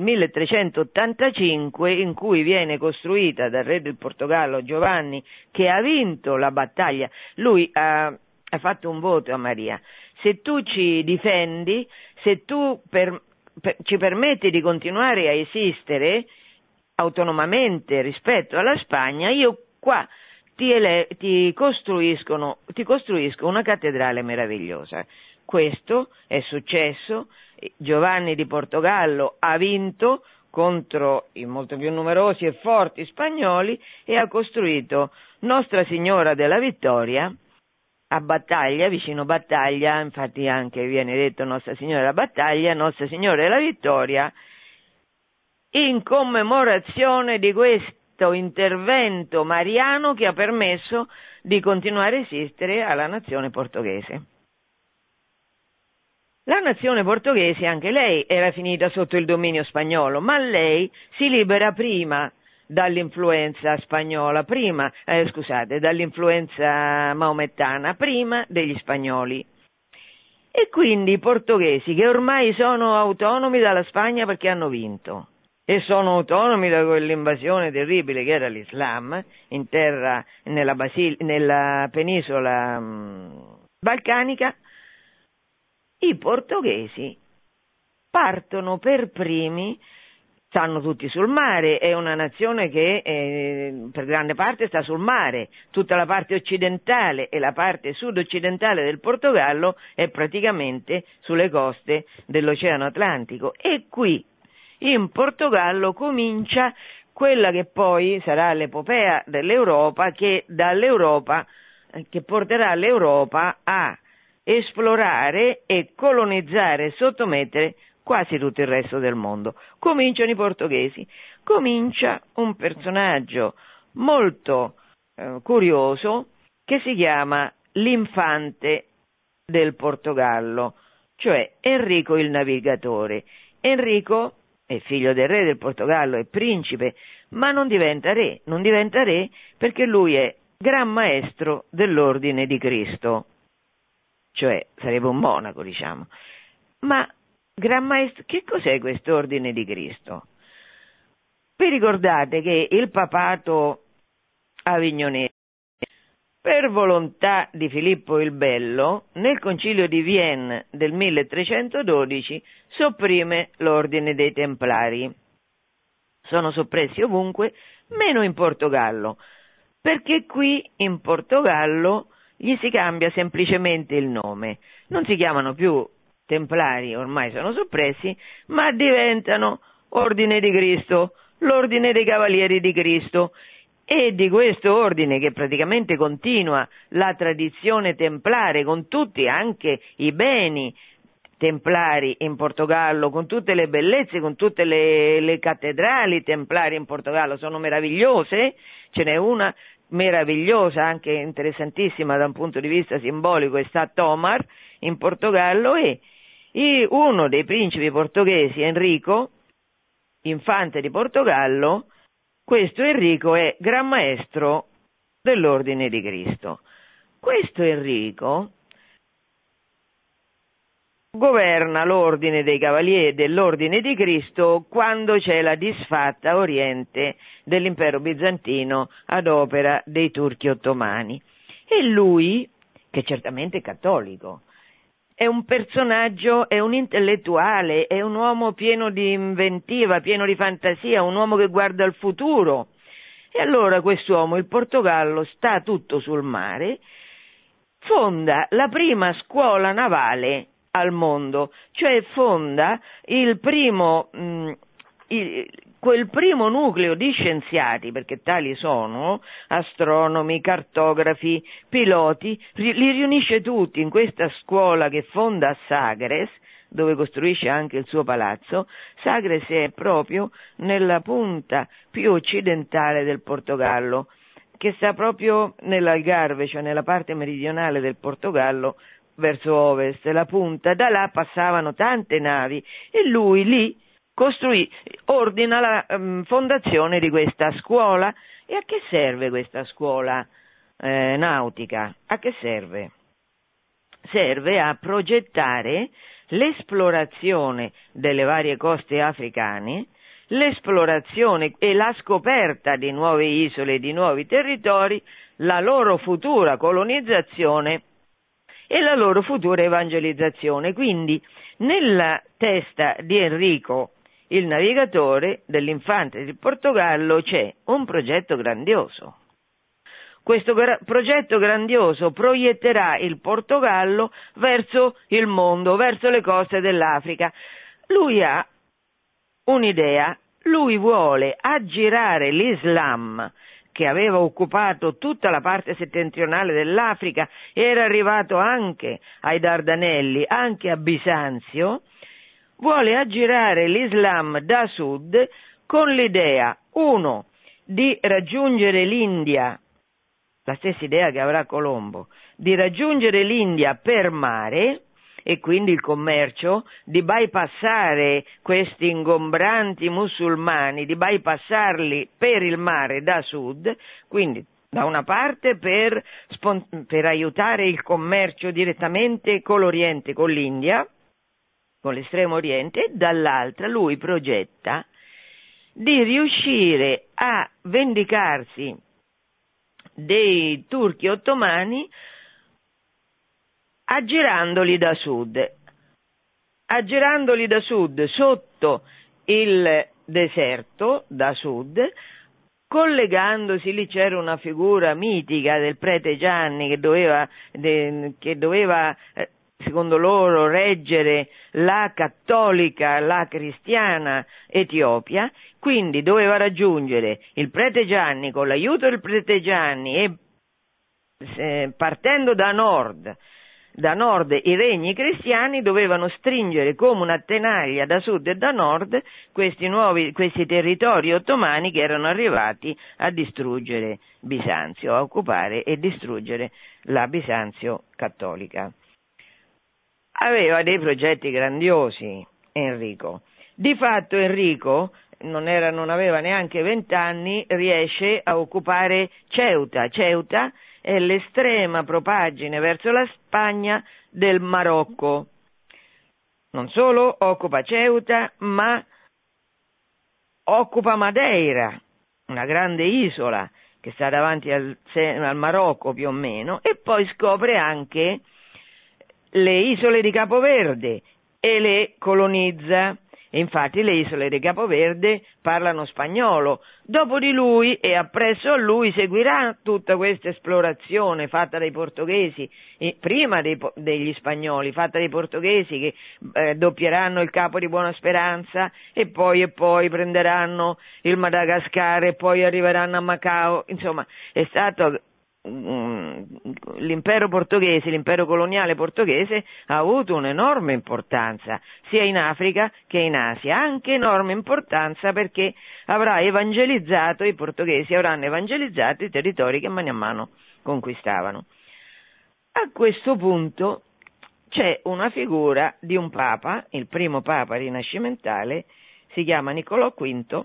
1385 in cui viene costruita dal re del Portogallo Giovanni, che ha vinto la battaglia. Lui ha fatto un voto a Maria: se tu ci difendi, se tu ci permetti di continuare a esistere autonomamente rispetto alla Spagna, io qua ti costruisco una cattedrale meravigliosa. Questo è successo, Giovanni di Portogallo ha vinto contro i molto più numerosi e forti spagnoli e ha costruito Nostra Signora della Vittoria a Battaglia, vicino Battaglia, infatti anche viene detto Nostra Signora della Battaglia, Nostra Signora della Vittoria, in commemorazione di questo intervento mariano che ha permesso di continuare a esistere alla nazione portoghese. La nazione portoghese, anche lei, era finita sotto il dominio spagnolo, ma lei si libera prima dall'influenza spagnola, dall'influenza maomettana, prima degli spagnoli. E quindi i portoghesi, che ormai sono autonomi dalla Spagna perché hanno vinto, e sono autonomi da quell'invasione terribile che era l'Islam in terra, nella penisola balcanica, i portoghesi partono per primi, stanno tutti sul mare, è una nazione che per grande parte sta sul mare, tutta la parte occidentale e la parte sud-occidentale del Portogallo è praticamente sulle coste dell'Oceano Atlantico, e qui in Portogallo comincia quella che poi sarà l'epopea dell'Europa, che porterà l'Europa a esplorare e colonizzare e sottomettere quasi tutto il resto del mondo. Cominciano i portoghesi, comincia un personaggio molto curioso che si chiama l'infante del Portogallo, cioè Enrico il Navigatore. Enrico è figlio del re del Portogallo, è principe, ma non diventa re perché lui è Gran Maestro dell'Ordine di Cristo, cioè sarebbe un monaco, diciamo. Ma Gran Maestro, che cos'è questo Ordine di Cristo? Vi ricordate che il papato avignonese Per volontà di Filippo il Bello, nel Concilio di Vienne del 1312 sopprime l'ordine dei Templari. Sono soppressi ovunque, meno in Portogallo, perché qui in Portogallo gli si cambia semplicemente il nome. Non si chiamano più Templari, ormai sono soppressi, ma diventano Ordine di Cristo, l'Ordine dei Cavalieri di Cristo. E di questo ordine, che praticamente continua la tradizione templare con tutti anche i beni templari in Portogallo, con tutte le bellezze, con tutte le cattedrali templari in Portogallo, sono meravigliose, ce n'è una meravigliosa, anche interessantissima da un punto di vista simbolico, è sta Tomar in Portogallo, e uno dei principi portoghesi, Enrico, infante di Portogallo, questo Enrico è Gran Maestro dell'Ordine di Cristo. Questo Enrico governa l'Ordine dei Cavalieri dell'Ordine di Cristo quando c'è la disfatta Oriente dell'Impero Bizantino ad opera dei turchi ottomani. E lui, che certamente è cattolico, è un personaggio, è un intellettuale, è un uomo pieno di inventiva, pieno di fantasia, un uomo che guarda al futuro. E allora quest'uomo, il Portogallo, sta tutto sul mare, fonda la prima scuola navale al mondo, cioè fonda quel primo nucleo di scienziati, perché tali sono, astronomi, cartografi, piloti, li riunisce tutti in questa scuola che fonda a Sagres, dove costruisce anche il suo palazzo. Sagres è proprio nella punta più occidentale del Portogallo, che sta proprio nell'Algarve, cioè nella parte meridionale del Portogallo, verso ovest, la punta. Da là passavano tante navi e lui lì ordina la fondazione di questa scuola. E a che serve questa scuola nautica? A che serve? Serve a progettare l'esplorazione delle varie coste africane, l'esplorazione e la scoperta di nuove isole, di nuovi territori, la loro futura colonizzazione e la loro futura evangelizzazione. Quindi nella testa di Enrico, il navigatore dell'infante del Portogallo, c'è un progetto grandioso. Questo progetto grandioso proietterà il Portogallo verso il mondo, verso le coste dell'Africa. Lui ha un'idea, lui vuole aggirare l'Islam, che aveva occupato tutta la parte settentrionale dell'Africa, era arrivato anche ai Dardanelli, anche a Bisanzio. Vuole aggirare l'Islam da sud con l'idea, uno, di raggiungere l'India, la stessa idea che avrà Colombo, di raggiungere l'India per mare, e quindi il commercio, di bypassare questi ingombranti musulmani, di bypassarli per il mare da sud, quindi da una parte per aiutare il commercio direttamente con l'Oriente, con l'India, con l'Estremo Oriente, e dall'altra lui progetta di riuscire a vendicarsi dei turchi ottomani aggirandoli da sud sotto il deserto da sud, collegandosi. Lì c'era una figura mitica del prete Gianni che doveva secondo loro reggere la cattolica, la cristiana Etiopia, quindi doveva raggiungere il prete Gianni con l'aiuto del prete Gianni e partendo da nord i regni cristiani dovevano stringere come una tenaglia da sud e da nord questi territori ottomani che erano arrivati a distruggere Bisanzio, a occupare e distruggere la Bisanzio cattolica. Aveva dei progetti grandiosi Enrico. Di fatto Enrico non aveva neanche 20 anni, riesce a occupare Ceuta. Ceuta è l'estrema propaggine verso la Spagna del Marocco. Non solo occupa Ceuta, ma occupa Madeira, una grande isola che sta davanti al Marocco più o meno, e poi scopre anche le isole di Capoverde e le colonizza. E infatti le isole di Capoverde parlano spagnolo. Dopo di lui e appresso a lui seguirà tutta questa esplorazione fatta dai portoghesi, prima degli spagnoli, fatta dai portoghesi che doppieranno il Capo di Buona Speranza e poi prenderanno il Madagascar e poi arriveranno a Macao. Insomma, è stato l'impero portoghese, l'impero coloniale portoghese ha avuto un'enorme importanza sia in Africa che in Asia, anche enorme importanza perché i portoghesi avranno evangelizzato i territori che mano a mano conquistavano. A questo punto c'è una figura di un papa, il primo papa rinascimentale, si chiama Niccolò V.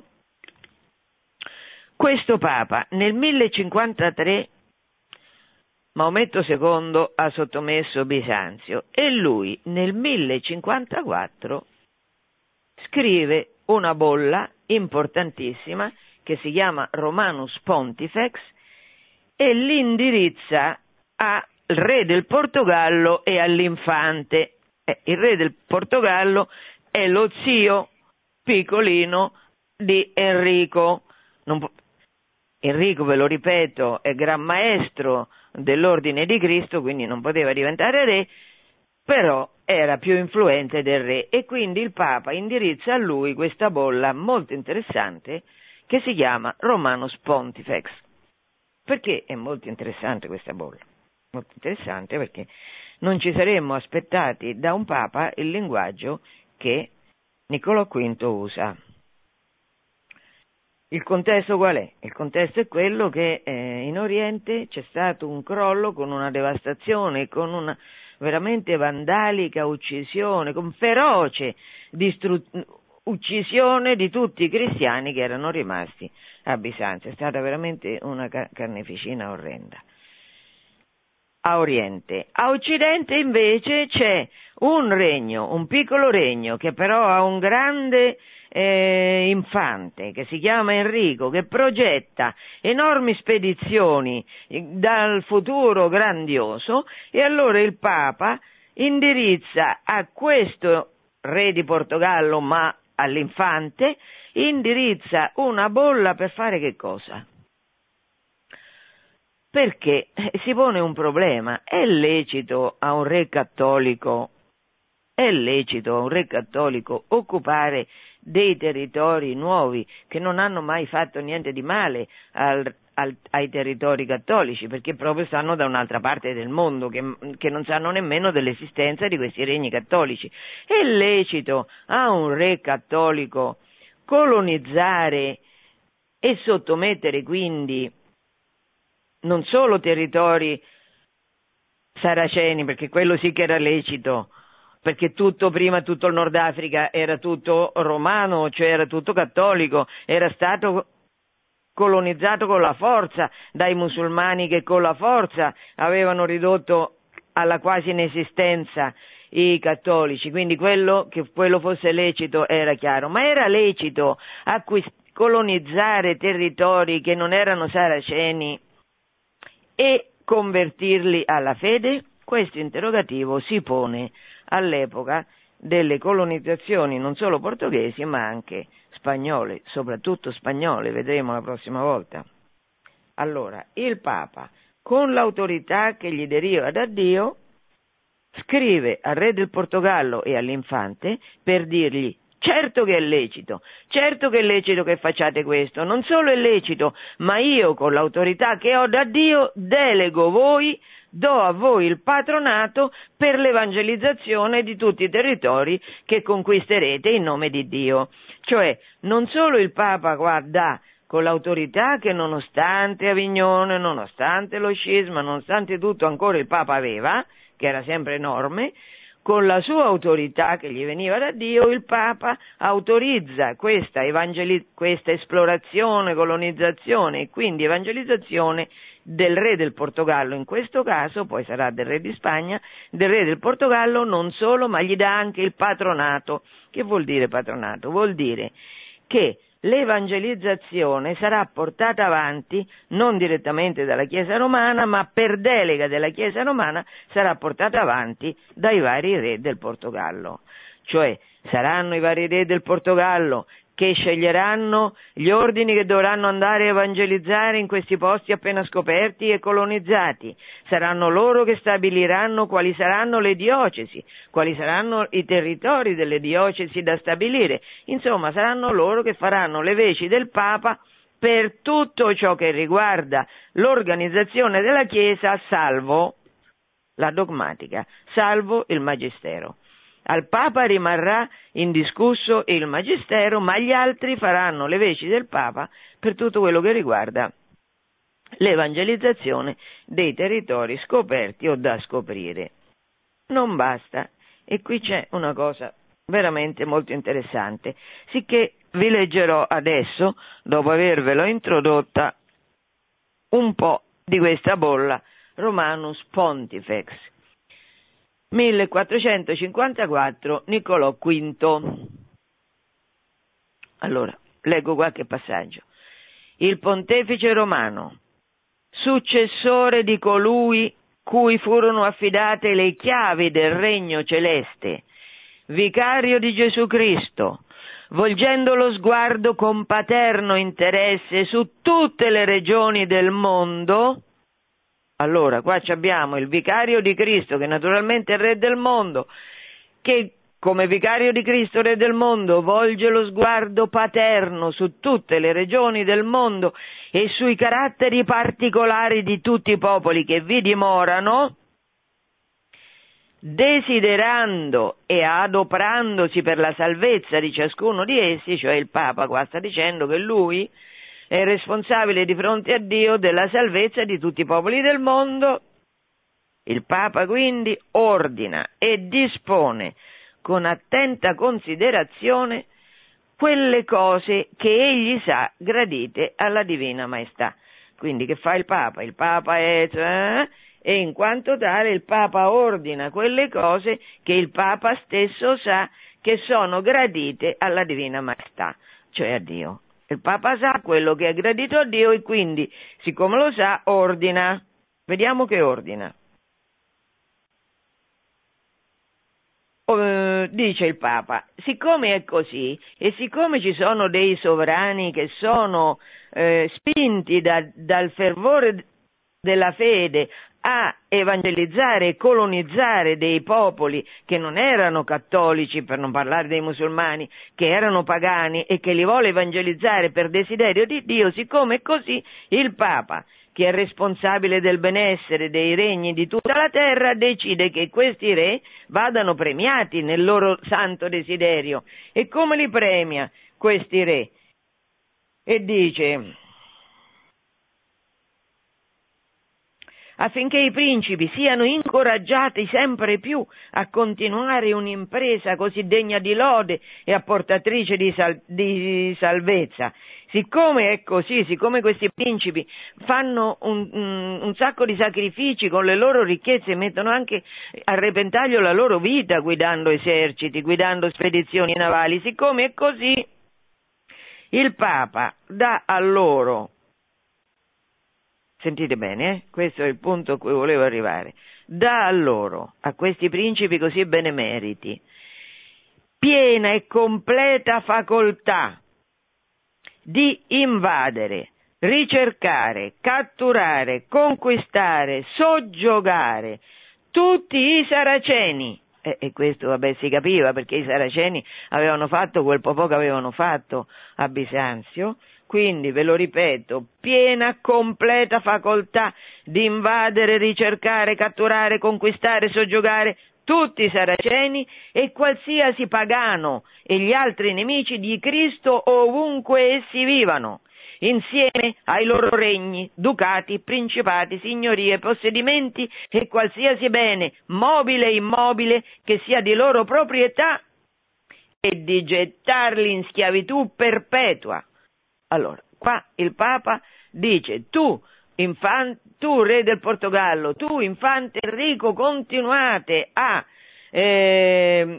Questo papa nel 1053 Maometto II ha sottomesso Bisanzio e lui nel 1054 scrive una bolla importantissima che si chiama Romanus Pontifex e l'indirizza al re del Portogallo e all'infante. Il re del Portogallo è lo zio piccolino di Enrico. Enrico, ve lo ripeto, è gran maestro dell'ordine di Cristo, quindi non poteva diventare re, però era più influente del re e quindi il Papa indirizza a lui questa bolla molto interessante che si chiama Romanus Pontifex. Perché è molto interessante questa bolla? Molto interessante perché non ci saremmo aspettati da un Papa il linguaggio che Niccolò V usa. Il contesto qual è? Il contesto è quello che in Oriente c'è stato un crollo con una devastazione, con una veramente vandalica uccisione, con feroce uccisione di tutti i cristiani che erano rimasti a Bisanzio. È stata veramente una carneficina orrenda. A Oriente. A Occidente invece c'è un regno, un piccolo regno, che però ha un grande infante che si chiama Enrico, che progetta enormi spedizioni dal futuro grandioso, e allora il Papa indirizza a questo re di Portogallo, ma all'infante, indirizza una bolla per fare che cosa? Perché si pone un problema: è lecito a un re cattolico occupare dei territori nuovi che non hanno mai fatto niente di male ai territori cattolici, perché proprio stanno da un'altra parte del mondo, che non sanno nemmeno dell'esistenza di questi regni cattolici? È lecito a un re cattolico colonizzare e sottomettere quindi non solo territori saraceni, perché quello sì che era lecito, perché tutto il Nord Africa era tutto romano, cioè era tutto cattolico, era stato colonizzato con la forza dai musulmani, che con la forza avevano ridotto alla quasi inesistenza i cattolici, quindi che quello fosse lecito era chiaro, ma era lecito colonizzare territori che non erano saraceni e convertirli alla fede? Questo interrogativo si pone all'epoca delle colonizzazioni non solo portoghesi ma anche spagnole, soprattutto spagnole, vedremo la prossima volta. Allora, il Papa, con l'autorità che gli deriva da Dio, scrive al re del Portogallo e all'infante per dirgli: certo che è lecito che facciate questo, non solo è lecito, ma io con l'autorità che ho da Dio do a voi il patronato per l'evangelizzazione di tutti i territori che conquisterete in nome di Dio. Cioè, non solo il Papa guarda con l'autorità che nonostante Avignone, nonostante lo scisma, nonostante tutto ancora il Papa aveva, che era sempre enorme, con la sua autorità che gli veniva da Dio, il Papa autorizza questa esplorazione, colonizzazione e quindi evangelizzazione del re del Portogallo, in questo caso, poi sarà del re di Spagna, del re del Portogallo non solo, ma gli dà anche il patronato. Che vuol dire patronato? Vuol dire che l'evangelizzazione sarà portata avanti non direttamente dalla Chiesa romana, ma per delega della Chiesa romana sarà portata avanti dai vari re del Portogallo. Cioè saranno i vari re del Portogallo che sceglieranno gli ordini che dovranno andare a evangelizzare in questi posti appena scoperti e colonizzati. Saranno loro che stabiliranno quali saranno le diocesi, quali saranno i territori delle diocesi da stabilire. Insomma, saranno loro che faranno le veci del Papa per tutto ciò che riguarda l'organizzazione della Chiesa, salvo la dogmatica, salvo il magistero. Al Papa rimarrà indiscusso il magistero, ma gli altri faranno le veci del Papa per tutto quello che riguarda l'evangelizzazione dei territori scoperti o da scoprire. Non basta, e qui c'è una cosa veramente molto interessante, sicché vi leggerò adesso, dopo avervelo introdotta, un po' di questa bolla Romanus Pontifex. 1454 Niccolò V. Allora, leggo qualche passaggio. Il pontefice romano, successore di colui cui furono affidate le chiavi del regno celeste, vicario di Gesù Cristo, volgendo lo sguardo con paterno interesse su tutte le regioni del mondo. Allora, qua abbiamo il vicario di Cristo, che naturalmente è il re del mondo, che come vicario di Cristo, re del mondo, volge lo sguardo paterno su tutte le regioni del mondo e sui caratteri particolari di tutti i popoli che vi dimorano, desiderando e adoperandosi per la salvezza di ciascuno di essi, cioè il Papa qua sta dicendo che lui è responsabile di fronte a Dio della salvezza di tutti i popoli del mondo. Il Papa quindi ordina e dispone con attenta considerazione quelle cose che egli sa gradite alla Divina Maestà. Quindi che fa il Papa? Il Papa è... e in quanto tale il Papa ordina quelle cose che il Papa stesso sa che sono gradite alla Divina Maestà, cioè a Dio. Il Papa sa quello che è gradito a Dio e quindi, siccome lo sa, ordina. Vediamo che ordina. Dice il Papa, siccome è così e siccome ci sono dei sovrani che sono spinti dal fervore della fede a evangelizzare e colonizzare dei popoli che non erano cattolici, per non parlare dei musulmani, che erano pagani e che li vuole evangelizzare per desiderio di Dio, siccome è così, il Papa, che è responsabile del benessere dei regni di tutta la terra, decide che questi re vadano premiati nel loro santo desiderio. E come li premia questi re? E dice: affinché i principi siano incoraggiati sempre più a continuare un'impresa così degna di lode e apportatrice di salvezza. Siccome è così, siccome questi principi fanno un sacco di sacrifici con le loro ricchezze, mettono anche a repentaglio la loro vita guidando eserciti, guidando spedizioni navali, siccome è così, il Papa dà a loro, sentite bene, questo è il punto a cui volevo arrivare, dà a loro, a questi principi così benemeriti, piena e completa facoltà di invadere, ricercare, catturare, conquistare, soggiogare tutti i saraceni. E questo vabbè si capiva, perché i saraceni avevano fatto quel po' che avevano fatto a Bisanzio. Quindi, ve lo ripeto, piena, completa facoltà di invadere, ricercare, catturare, conquistare, soggiogare tutti i saraceni e qualsiasi pagano e gli altri nemici di Cristo ovunque essi vivano, insieme ai loro regni, ducati, principati, signorie, possedimenti e qualsiasi bene, mobile e immobile, che sia di loro proprietà, e di gettarli in schiavitù perpetua. Allora, qua il Papa dice: tu re del Portogallo, tu infante Enrico, continuate a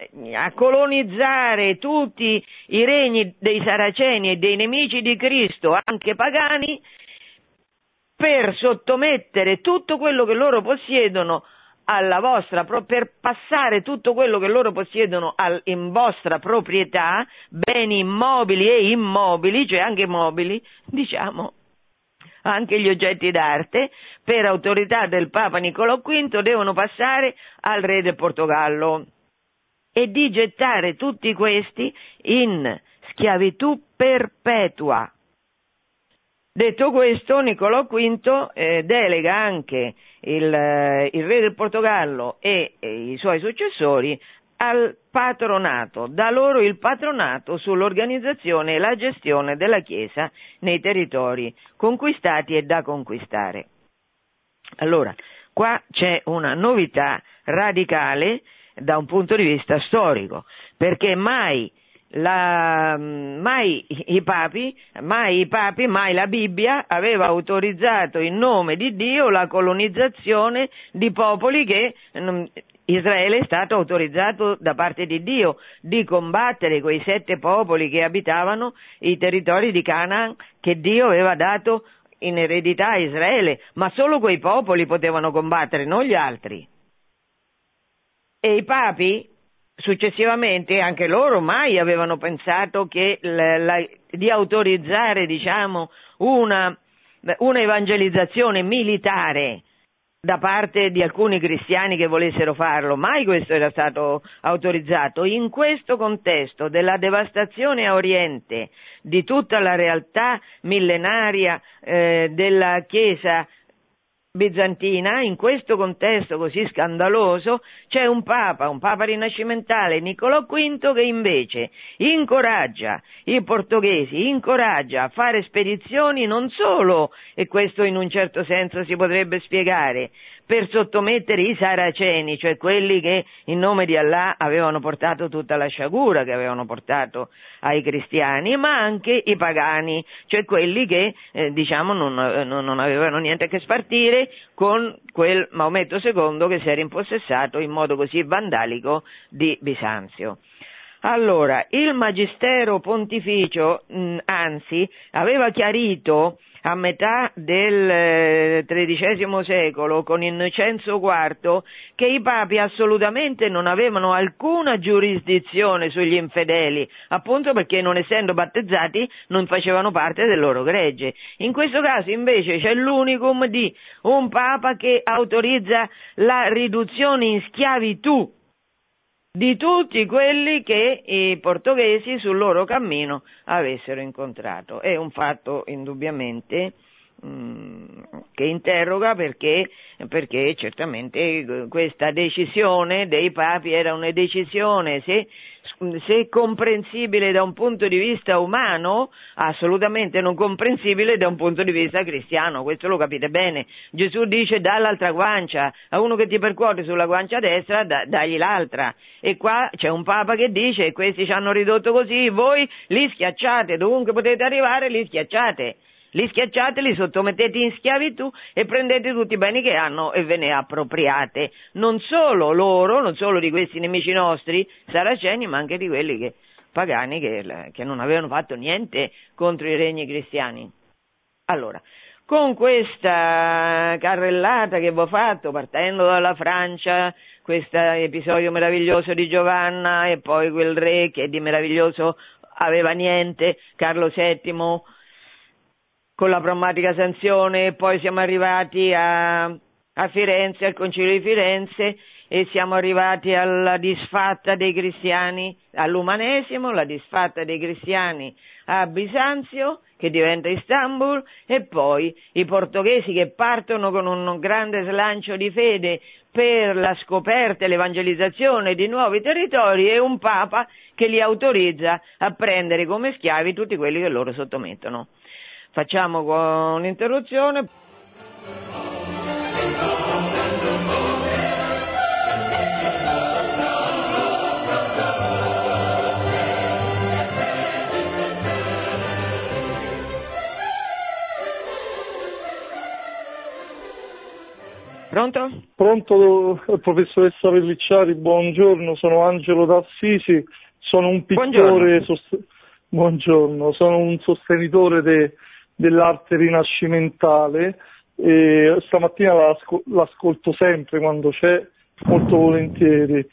a colonizzare tutti i regni dei Saraceni e dei nemici di Cristo, anche pagani, per sottomettere tutto quello che loro possiedono alla vostra, per passare tutto quello che loro possiedono in vostra proprietà, beni immobili e immobili, cioè anche mobili, diciamo, anche gli oggetti d'arte, per autorità del Papa Nicolò V devono passare al re del Portogallo, e di gettare tutti questi in schiavitù perpetua. Detto questo, Nicolò V delega anche il re del Portogallo e i suoi successori al patronato, dà loro il patronato sull'organizzazione e la gestione della Chiesa nei territori conquistati e da conquistare. Allora, qua c'è una novità radicale da un punto di vista storico, perché mai i papi, mai la Bibbia aveva autorizzato in nome di Dio la colonizzazione di popoli che Israele è stato autorizzato da parte di Dio di combattere quei 7 popoli che abitavano i territori di Canaan che Dio aveva dato in eredità a Israele, ma solo quei popoli potevano combattere, non gli altri. E i papi successivamente, anche loro mai avevano pensato che di autorizzare, diciamo, una evangelizzazione militare da parte di alcuni cristiani che volessero farlo, mai questo era stato autorizzato. In questo contesto della devastazione a Oriente di tutta la realtà millenaria della Chiesa bizantina, in questo contesto così scandaloso, c'è un papa rinascimentale, Nicolò V, che invece incoraggia i portoghesi, incoraggia a fare spedizioni non solo, e questo in un certo senso si potrebbe spiegare, per sottomettere i saraceni, cioè quelli che in nome di Allah avevano portato tutta la sciagura che avevano portato ai cristiani, ma anche i pagani, cioè quelli che non avevano niente a che spartire con quel Maometto II che si era impossessato in modo così vandalico di Bisanzio. Allora, il Magistero Pontificio, anzi, aveva chiarito a metà del XIII secolo con Innocenzo IV che i papi assolutamente non avevano alcuna giurisdizione sugli infedeli, appunto perché non essendo battezzati non facevano parte del loro gregge. In questo caso invece c'è l'unicum di un papa che autorizza la riduzione in schiavitù di tutti quelli che i portoghesi sul loro cammino avessero incontrato. È un fatto indubbiamente che interroga perché certamente questa decisione dei papi era una decisione, se comprensibile da un punto di vista umano, assolutamente non comprensibile da un punto di vista cristiano, questo lo capite bene. Gesù dice: dà l'altra guancia, a uno che ti percuote sulla guancia destra, dagli l'altra. E qua c'è un papa che dice: questi ci hanno ridotto così, voi li schiacciate, dovunque potete arrivare li schiacciate. Li schiacciate, li sottomettete in schiavitù e prendete tutti i beni che hanno e ve ne appropriate. Non solo loro, non solo di questi nemici nostri, saraceni, ma anche di quelli pagani che non avevano fatto niente contro i regni cristiani. Allora, con questa carrellata che vi ho fatto, partendo dalla Francia, questo episodio meraviglioso di Giovanna e poi quel re che di meraviglioso aveva niente, Carlo VII, con la pneumatica sanzione, e poi siamo arrivati a Firenze, al Concilio di Firenze, e siamo arrivati alla disfatta dei cristiani all'umanesimo, la disfatta dei cristiani a Bisanzio, che diventa Istanbul, e poi i portoghesi che partono con un grande slancio di fede per la scoperta e l'evangelizzazione di nuovi territori, e un papa che li autorizza a prendere come schiavi tutti quelli che loro sottomettono. Facciamo un'interruzione. Pronto? Pronto, professoressa Pellicciari, buongiorno, sono Angelo d'Assisi, sono un pittore, buongiorno, sono un sostenitore dell'arte rinascimentale e stamattina l'ascolto sempre quando c'è, molto volentieri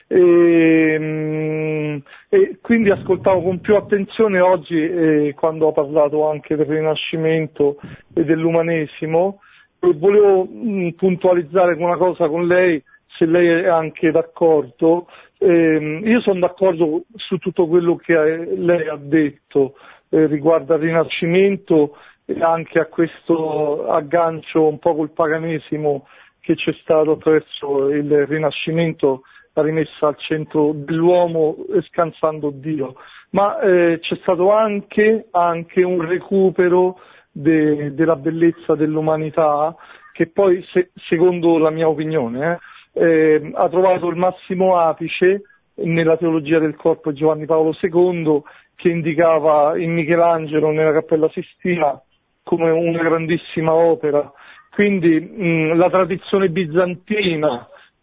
e quindi ascoltavo con più attenzione oggi quando ho parlato anche del Rinascimento e dell'umanesimo. Volevo puntualizzare una cosa con lei, se lei è anche d'accordo. Io sono d'accordo su tutto quello che lei ha detto riguardo al Rinascimento e anche a questo aggancio un po' col paganesimo che c'è stato attraverso il Rinascimento, la rimessa al centro dell'uomo scansando Dio. Ma c'è stato anche un recupero della bellezza dell'umanità che poi, secondo la mia opinione, ha trovato il massimo apice nella teologia del corpo di Giovanni Paolo II, che indicava in Michelangelo nella Cappella Sistina come una grandissima opera. Quindi la tradizione bizantina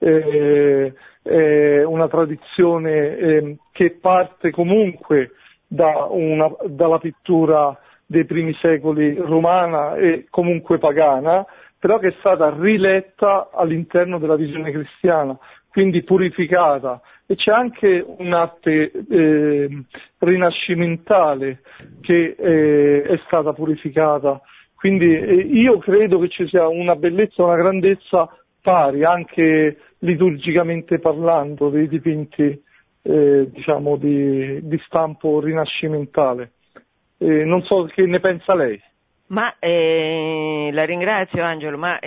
è una tradizione che parte comunque dalla pittura dei primi secoli romana e comunque pagana, però che è stata riletta all'interno della visione cristiana, quindi purificata. E c'è anche un'arte rinascimentale che è stata purificata. Quindi io credo che ci sia una bellezza, una grandezza pari, anche liturgicamente parlando, dei dipinti diciamo di stampo rinascimentale. Non so che ne pensa lei. Ma la ringrazio Angelo, ma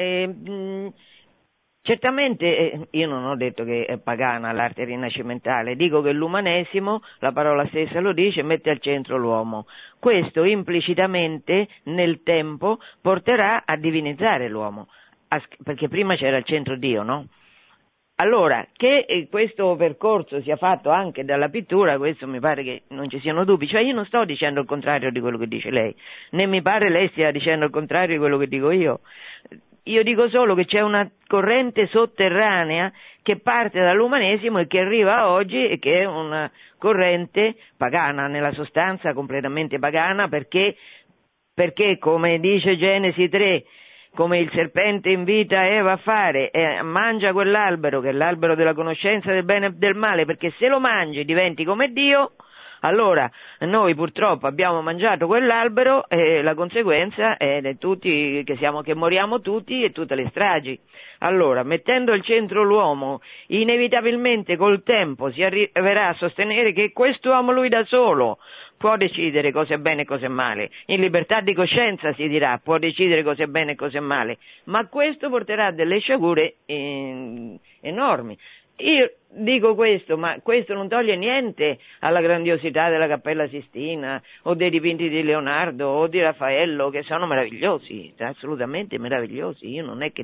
certamente io non ho detto che è pagana l'arte rinascimentale, dico che l'umanesimo, la parola stessa lo dice, mette al centro l'uomo. Questo implicitamente nel tempo porterà a divinizzare l'uomo, perché prima c'era al centro Dio, no? Allora, che questo percorso sia fatto anche dalla pittura, questo mi pare che non ci siano dubbi, cioè io non sto dicendo il contrario di quello che dice lei, né mi pare lei stia dicendo il contrario di quello che dico io. Io dico solo che c'è una corrente sotterranea che parte dall'umanesimo e che arriva a oggi e che è una corrente pagana, nella sostanza completamente pagana, perché come dice Genesi 3, come il serpente invita Eva a fare, mangia quell'albero che è l'albero della conoscenza del bene e del male, perché se lo mangi diventi come Dio. Allora noi purtroppo abbiamo mangiato quell'albero e la conseguenza è che moriamo tutti e tutte le stragi. Allora, mettendo al centro l'uomo, inevitabilmente col tempo si arriverà a sostenere che quest'uomo lui da solo può decidere cosa è bene e cosa è male, in libertà di coscienza si dirà, può decidere cosa è bene e cosa è male, ma questo porterà a delle sciagure enormi. Io dico questo, ma questo non toglie niente alla grandiosità della Cappella Sistina o dei dipinti di Leonardo o di Raffaello, che sono meravigliosi, assolutamente meravigliosi. Io non è che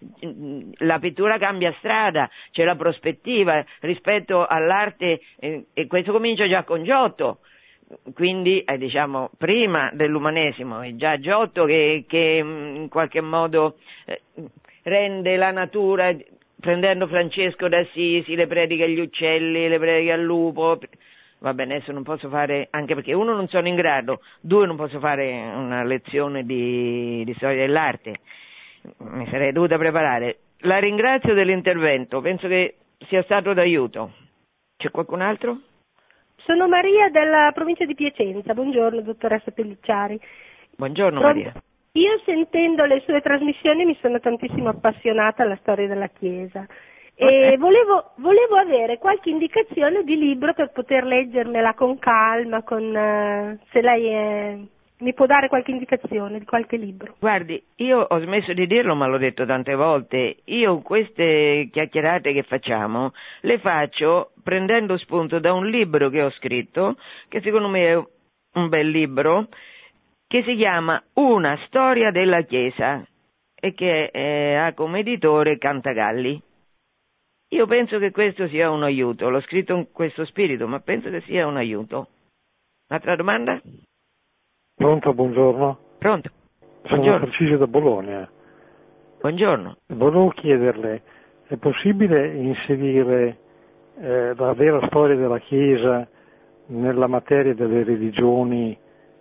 la pittura cambia strada, c'è la prospettiva rispetto all'arte e questo comincia già con Giotto. Quindi diciamo prima dell'umanesimo è già Giotto che in qualche modo rende la natura, prendendo Francesco d'Assisi, le prediche agli uccelli, le prediche al lupo. Va bene, adesso non posso fare, anche perché uno non sono in grado, due non posso fare una lezione di storia dell'arte, mi sarei dovuta preparare. La ringrazio dell'intervento, penso che sia stato d'aiuto. C'è qualcun altro? Sono Maria della provincia di Piacenza, buongiorno dottoressa Pellicciari. Buongiorno Maria. Io sentendo le sue trasmissioni mi sono tantissimo appassionata alla storia della Chiesa e volevo avere qualche indicazione di libro per poter leggermela con calma, se lei mi può dare qualche indicazione di qualche libro. Guardi, io ho smesso di dirlo ma l'ho detto tante volte, io queste chiacchierate che facciamo le faccio prendendo spunto da un libro che ho scritto, che secondo me è un bel libro, che si chiama Una storia della Chiesa e che ha come editore Cantagalli. Io penso che questo sia un aiuto, l'ho scritto in questo spirito, ma penso che sia un aiuto. Altra domanda? Pronto, buongiorno. Pronto? Sono Tarcisio da Bologna. Buongiorno. Volevo chiederle, è possibile inserire la vera storia della Chiesa nella materia delle religioni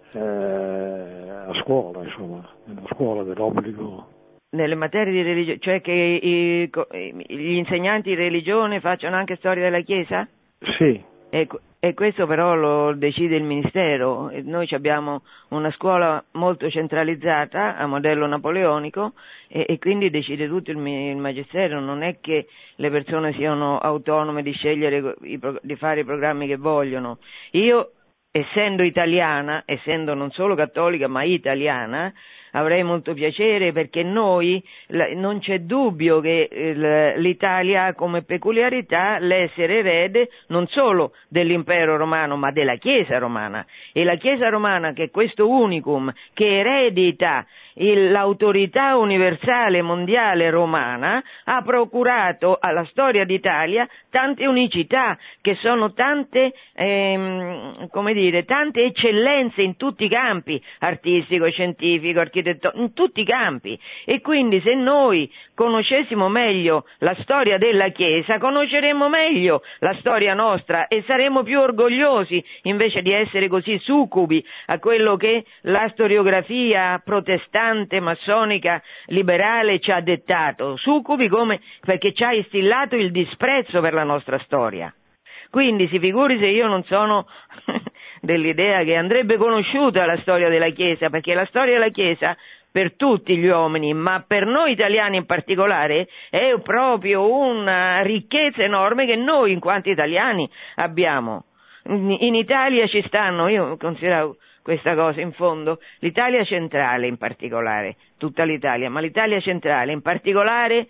a scuola, insomma, nella scuola dell'obbligo? Nelle materie di religione, cioè che gli insegnanti di religione facciano anche storia della Chiesa? Sì. E questo però lo decide il Ministero. Noi abbiamo una scuola molto centralizzata a modello napoleonico e quindi decide tutto il Magistero. Non è che le persone siano autonome di scegliere di fare i programmi che vogliono. Io, essendo italiana, essendo non solo cattolica ma italiana, avrei molto piacere, perché noi, non c'è dubbio che l'Italia ha come peculiarità l'essere erede non solo dell'impero romano ma della Chiesa romana, e la Chiesa romana, che è questo unicum che eredita l'autorità universale mondiale romana, ha procurato alla storia d'Italia tante unicità, che sono tante tante eccellenze in tutti i campi, artistico, scientifico, architettonico, in tutti i campi. E quindi se noi conoscessimo meglio la storia della Chiesa, conosceremmo meglio la storia nostra e saremmo più orgogliosi, invece di essere così succubi a quello che la storiografia protestante, massonica, liberale ci ha dettato, succubi perché ci ha instillato il disprezzo per la nostra storia. Quindi si figuri se io non sono dell'idea che andrebbe conosciuta la storia della Chiesa, perché la storia della Chiesa per tutti gli uomini, ma per noi italiani in particolare, è proprio una ricchezza enorme che noi in quanto italiani abbiamo. In Italia ci stanno, io considero questa cosa in fondo, l'Italia centrale in particolare, tutta l'Italia, ma l'Italia centrale in particolare,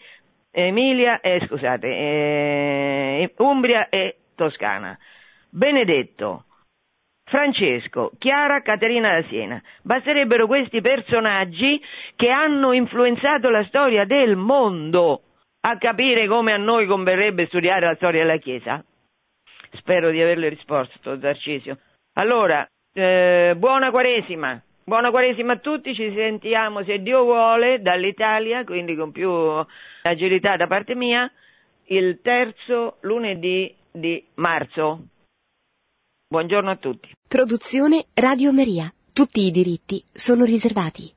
Umbria e Toscana. Benedetto, Francesco, Chiara, Caterina da Siena. Basterebbero questi personaggi che hanno influenzato la storia del mondo a capire come a noi converrebbe studiare la storia della Chiesa. Spero di averle risposto, Tarcisio. Allora, buona Quaresima a tutti, ci sentiamo se Dio vuole dall'Italia, quindi con più agilità da parte mia, il terzo lunedì di marzo. Buongiorno a tutti. Produzione Radio Maria. Tutti i diritti sono riservati.